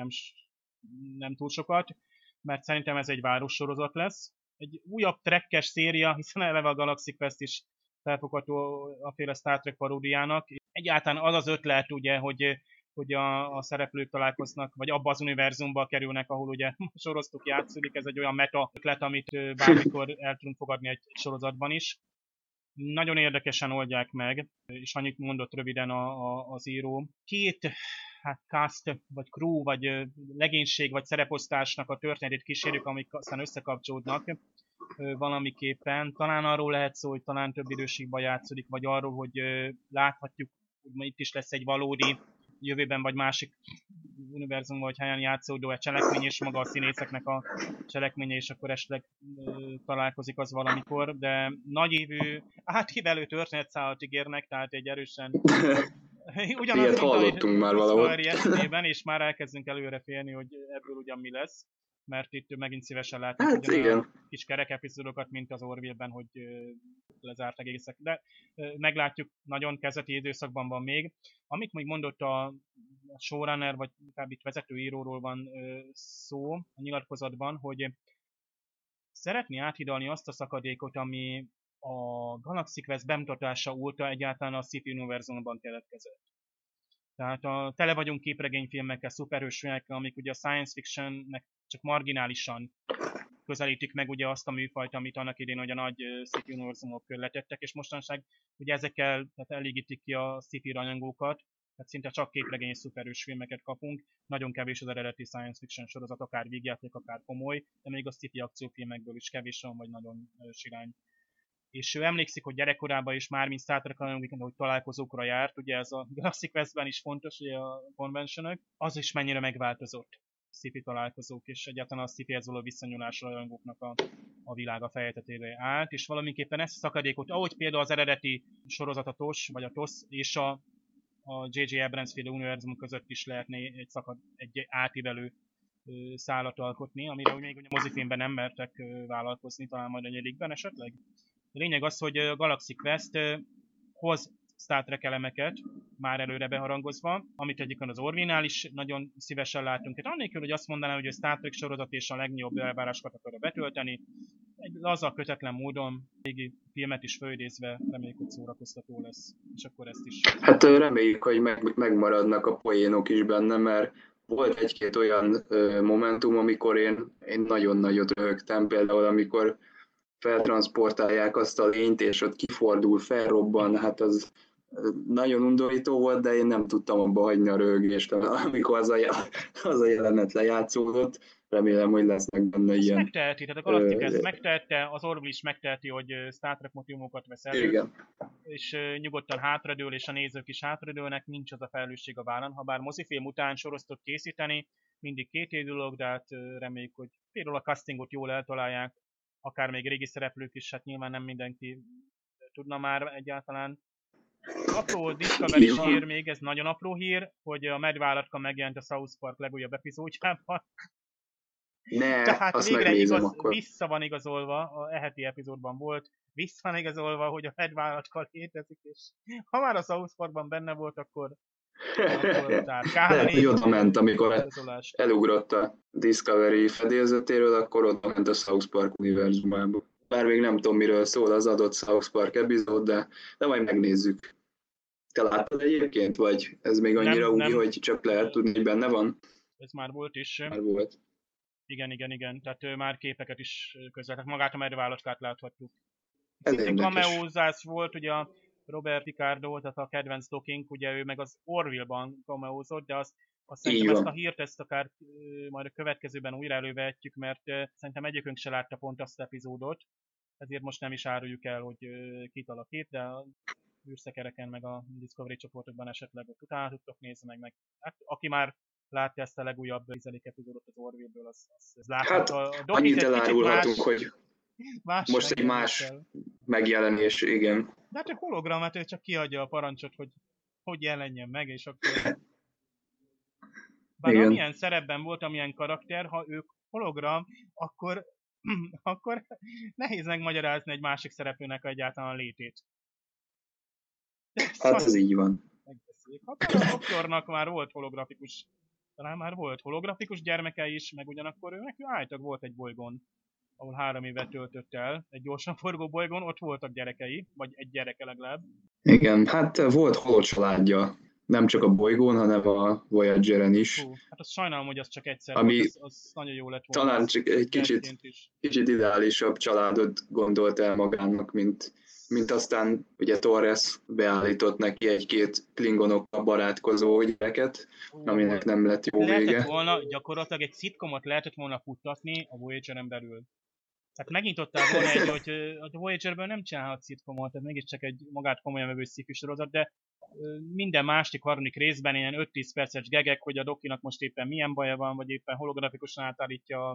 nem túl sokat, mert szerintem ez egy várossorozat lesz. Egy újabb trekkes széria, hiszen eleve a Galaxy Quest is felfogható a féle Star Trek paródiának. Egyáltalán az az ötlet, ugye, hogy a szereplők találkoznak, vagy abba az univerzumba kerülnek, ahol ugye soroztuk játszódik, ez egy olyan meta ötlet, amit bármikor el tudunk fogadni egy sorozatban is. Nagyon érdekesen oldják meg, és annyit mondott röviden az író. Két cast, vagy crew, vagy legénység, vagy szereposztásnak a történetét kísérjük, amik aztán összekapcsolódnak valamiképpen. Talán arról lehet szó, hogy talán több időségben játszódik, vagy arról, hogy láthatjuk, hogy itt is lesz egy valódi jövőben, vagy másik univerzumban, vagy helyen játszódó egy cselekmény, és maga a színészeknek a cselekménye, és akkor esetleg találkozik az valamikor, de nagyévű, átívelő történetszálat ígérnek, tehát egy erősen ugyanaz, ilyet hallottunk már valahol. És már elkezdünk előre félni, hogy ebből ugyan mi lesz, mert itt megint szívesen látjuk hát igen. Kis kerek epizódokat, mint az Orville-ben, hogy lezárt egészek. De meglátjuk, nagyon kezdeti időszakban van még. Amit még mondott a showrunner, vagy inkább itt vezetőíróról van szó a nyilatkozatban, hogy szeretné áthidalni azt a szakadékot, ami a Galaxy Quest bemutatása óta egyáltalán a sci-fi univerzumban keletkezett. Tehát tele vagyunk képregényfilmekkel, szuperhős filmekkel, amik ugye a science fictionnek csak marginálisan közelítik meg ugye azt a műfajt, amit annak idén ugye a nagy sci-fi univerzumok letettek, és mostanság ugye ezekkel tehát elégítik ki a sci-fi rajongókat, tehát szinte csak képregény és szuperhős filmeket kapunk, nagyon kevés az eredeti science fiction sorozat, akár vígjáték, akár komoly, de még a sci-fi akciófilmekből is kevés van, vagy nagyon sirány. És ő emlékszik, hogy gyerekkorában is már, mint Star Trek rajongóként, hogy találkozókra járt, ugye ez a Galaxy Questben is fontos, ugye a conventionök, az is mennyire megváltozott sci-fi találkozók, és egyáltalán a sci-fihez való viszonyulás rajongóknak a világa fejetetére állt, és valamiképpen ezt a szakadékot, ahogy például az eredeti sorozat a TOS, vagy a TOS, és a J.J. Abrams féle univerzum között is lehetne egy átívelő szálat alkotni, amire még ugye a mozifilmben nem mertek vállalkozni, talán majd a negyedikben esetleg. A lényeg az, hogy a Galaxy Quest hoz Star Trek elemeket, már előre beharangozva, amit egyébként az Orville-nál is nagyon szívesen látunk. Tehát annélkül, hogy azt mondanám, hogy a Star Trek sorozat és a legnagyobb elvárásokat akarja betölteni, egy laza, kötetlen módon, régi filmet is fölidézve reméljük, hogy szórakoztató lesz. És akkor ezt is... Hát reméljük, hogy megmaradnak a poénok is benne, mert volt egy-két olyan momentum, amikor én nagyon nagyot röhögtem, például amikor feltransportálják azt a lényt, és ott kifordul, felrobban, hát az nagyon undorító volt, de én nem tudtam abba hagyni a röhögést, amikor az a jelenet lejátszódott. Remélem, hogy lesznek benne ilyen... Ezt megteheti, tehát a Galactic ezt megtehette, az Orville is megteheti, hogy Star Trek motivumokat vesz elő, igen. És nyugodtan hátradől, és a nézők is hátradőlnek, nincs az a felelősség a vállán. Ha bár mozifilm után sorozatot készíteni, mindig két dolog, de hát reméljük, hogy például a castingot jól eltalálják, akár még régi szereplők is, hát nyilván nem mindenki tudna már egyáltalán. Apró Discovery hír még, ez nagyon apró hír, hogy a medvállatka megjelent a South Park legújabb epizódjában. Tehát azt végre akkor. vissza van igazolva, a heti epizódban volt, vissza van igazolva, hogy a medvállatka létezik, és ha már a South Parkban benne volt, akkor lehet, hogy oda ment, amikor elugrott a Discovery fedélzetéről, akkor oda ment a South Park univerzumába. Bár még nem tudom, miről szól az adott South Park epizód, de majd megnézzük. Te láttad egyébként, vagy ez még annyira új, hogy csak lehet tudni, hogy benne van? Ez már volt is. Már volt. Igen. Tehát már képeket is közvetek. Magát a medvállatkát láthatjuk. Ez szintén cameózás volt, ugye a Robert Picardo, tehát a kedvenc Docking, ugye ő meg az Orville-ban cameózott, de azt szerintem ezt a hírt, ezt akár majd a következőben újra elővehetjük, mert szerintem egyikünk se látta pont azt az epizódot, ezért most nem is áruljuk el, hogy kit alakít, de a űrszekereken meg a Discovery csoportokban esetleg ott utána tudtok nézni, meg hát, aki már látta ezt a legújabb 10. epizódot az Orville-ből, az láthat. Hát, annyit elárulhatunk, hogy Most egy más megjelenés, igen. De hát a hologramát ő csak kiadja a parancsot, hogy jelenjen meg, és akkor... Bár Igen. amilyen szerepben volt, amilyen karakter, ha ők hologram, akkor nehéz megmagyarázni egy másik szereplőnek egyáltalán a létét. Hát ez így van. Hát a doktornak már volt holografikus, talán már volt holografikus gyermeke is, meg ugyanakkor ő neki állítólag volt egy bolygón, ahol 3 évet töltött el, egy gyorsan forgó bolygón, ott voltak gyerekei, vagy egy gyereke legalább. Igen, hát volt holocsaládja. Nem csak a bolygón, hanem a Voyageren is. Hát azt sajnálom, hogy az csak egyszer ami volt, az nagyon jó lett volna. Talán csak egy kicsit ideálisabb családot gondolt el magának, mint aztán ugye Torres beállított neki egy-két klingonokkal barátkozó gyereket, aminek nem lett jó vége. Lehetett volna, gyakorlatilag egy szitkomot lehetett volna futtatni a Voyageren belül. Tehát megnyitottál volna egy, hogy a Voyagerből nem csinálhat szitkomot, tehát mégiscsak egy magát komolyan vevő sci-fi sorozat, de minden másik harmadik részben ilyen 5-10 perces gegek, hogy a Dokinak most éppen milyen baja van, vagy éppen holografikusan átállítja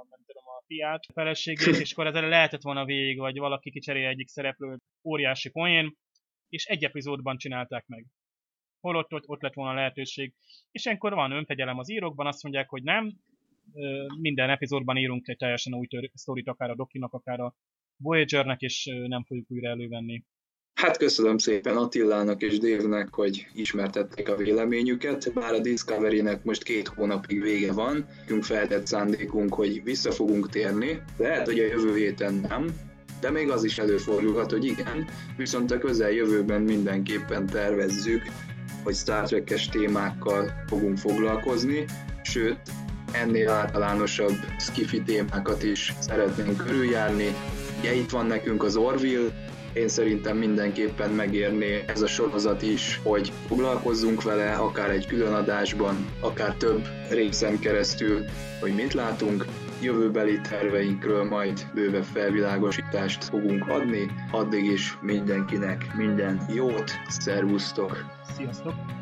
a fiát, a feleségét, és akkor ezzel lehetett volna végig, vagy valaki kicserél egyik szereplőt, óriási poén, és egy epizódban csinálták meg. Holott ott lett volna a lehetőség. És ilyenkor van önfegyelem az írókban, azt mondják, hogy nem, minden epizódban írunk egy teljesen új sztorit, akár a Dokinak, akár a Voyagernek, és nem fogjuk újra elővenni. Hát köszönöm szépen Attilának és Dave-nek, hogy ismertették a véleményüket. Bár a Discovery-nek most 2 hónapig vége van, nekünk feltett szándékunk, hogy vissza fogunk térni. Lehet, hogy a jövő héten nem, de még az is előfordulhat, hogy igen. Viszont a közeljövőben mindenképpen tervezzük, hogy Star Trek-es témákkal fogunk foglalkozni, sőt, ennél általánosabb sci-fi témákat is szeretnénk körüljárni. Ugye itt van nekünk az Orville, én szerintem mindenképpen megérné ez a sorozat is, hogy foglalkozzunk vele, akár egy külön adásban, akár több részen keresztül, hogy mit látunk. Jövőbeli terveinkről majd bővebb felvilágosítást fogunk adni. Addig is mindenkinek minden jót, szervusztok! Sziasztok!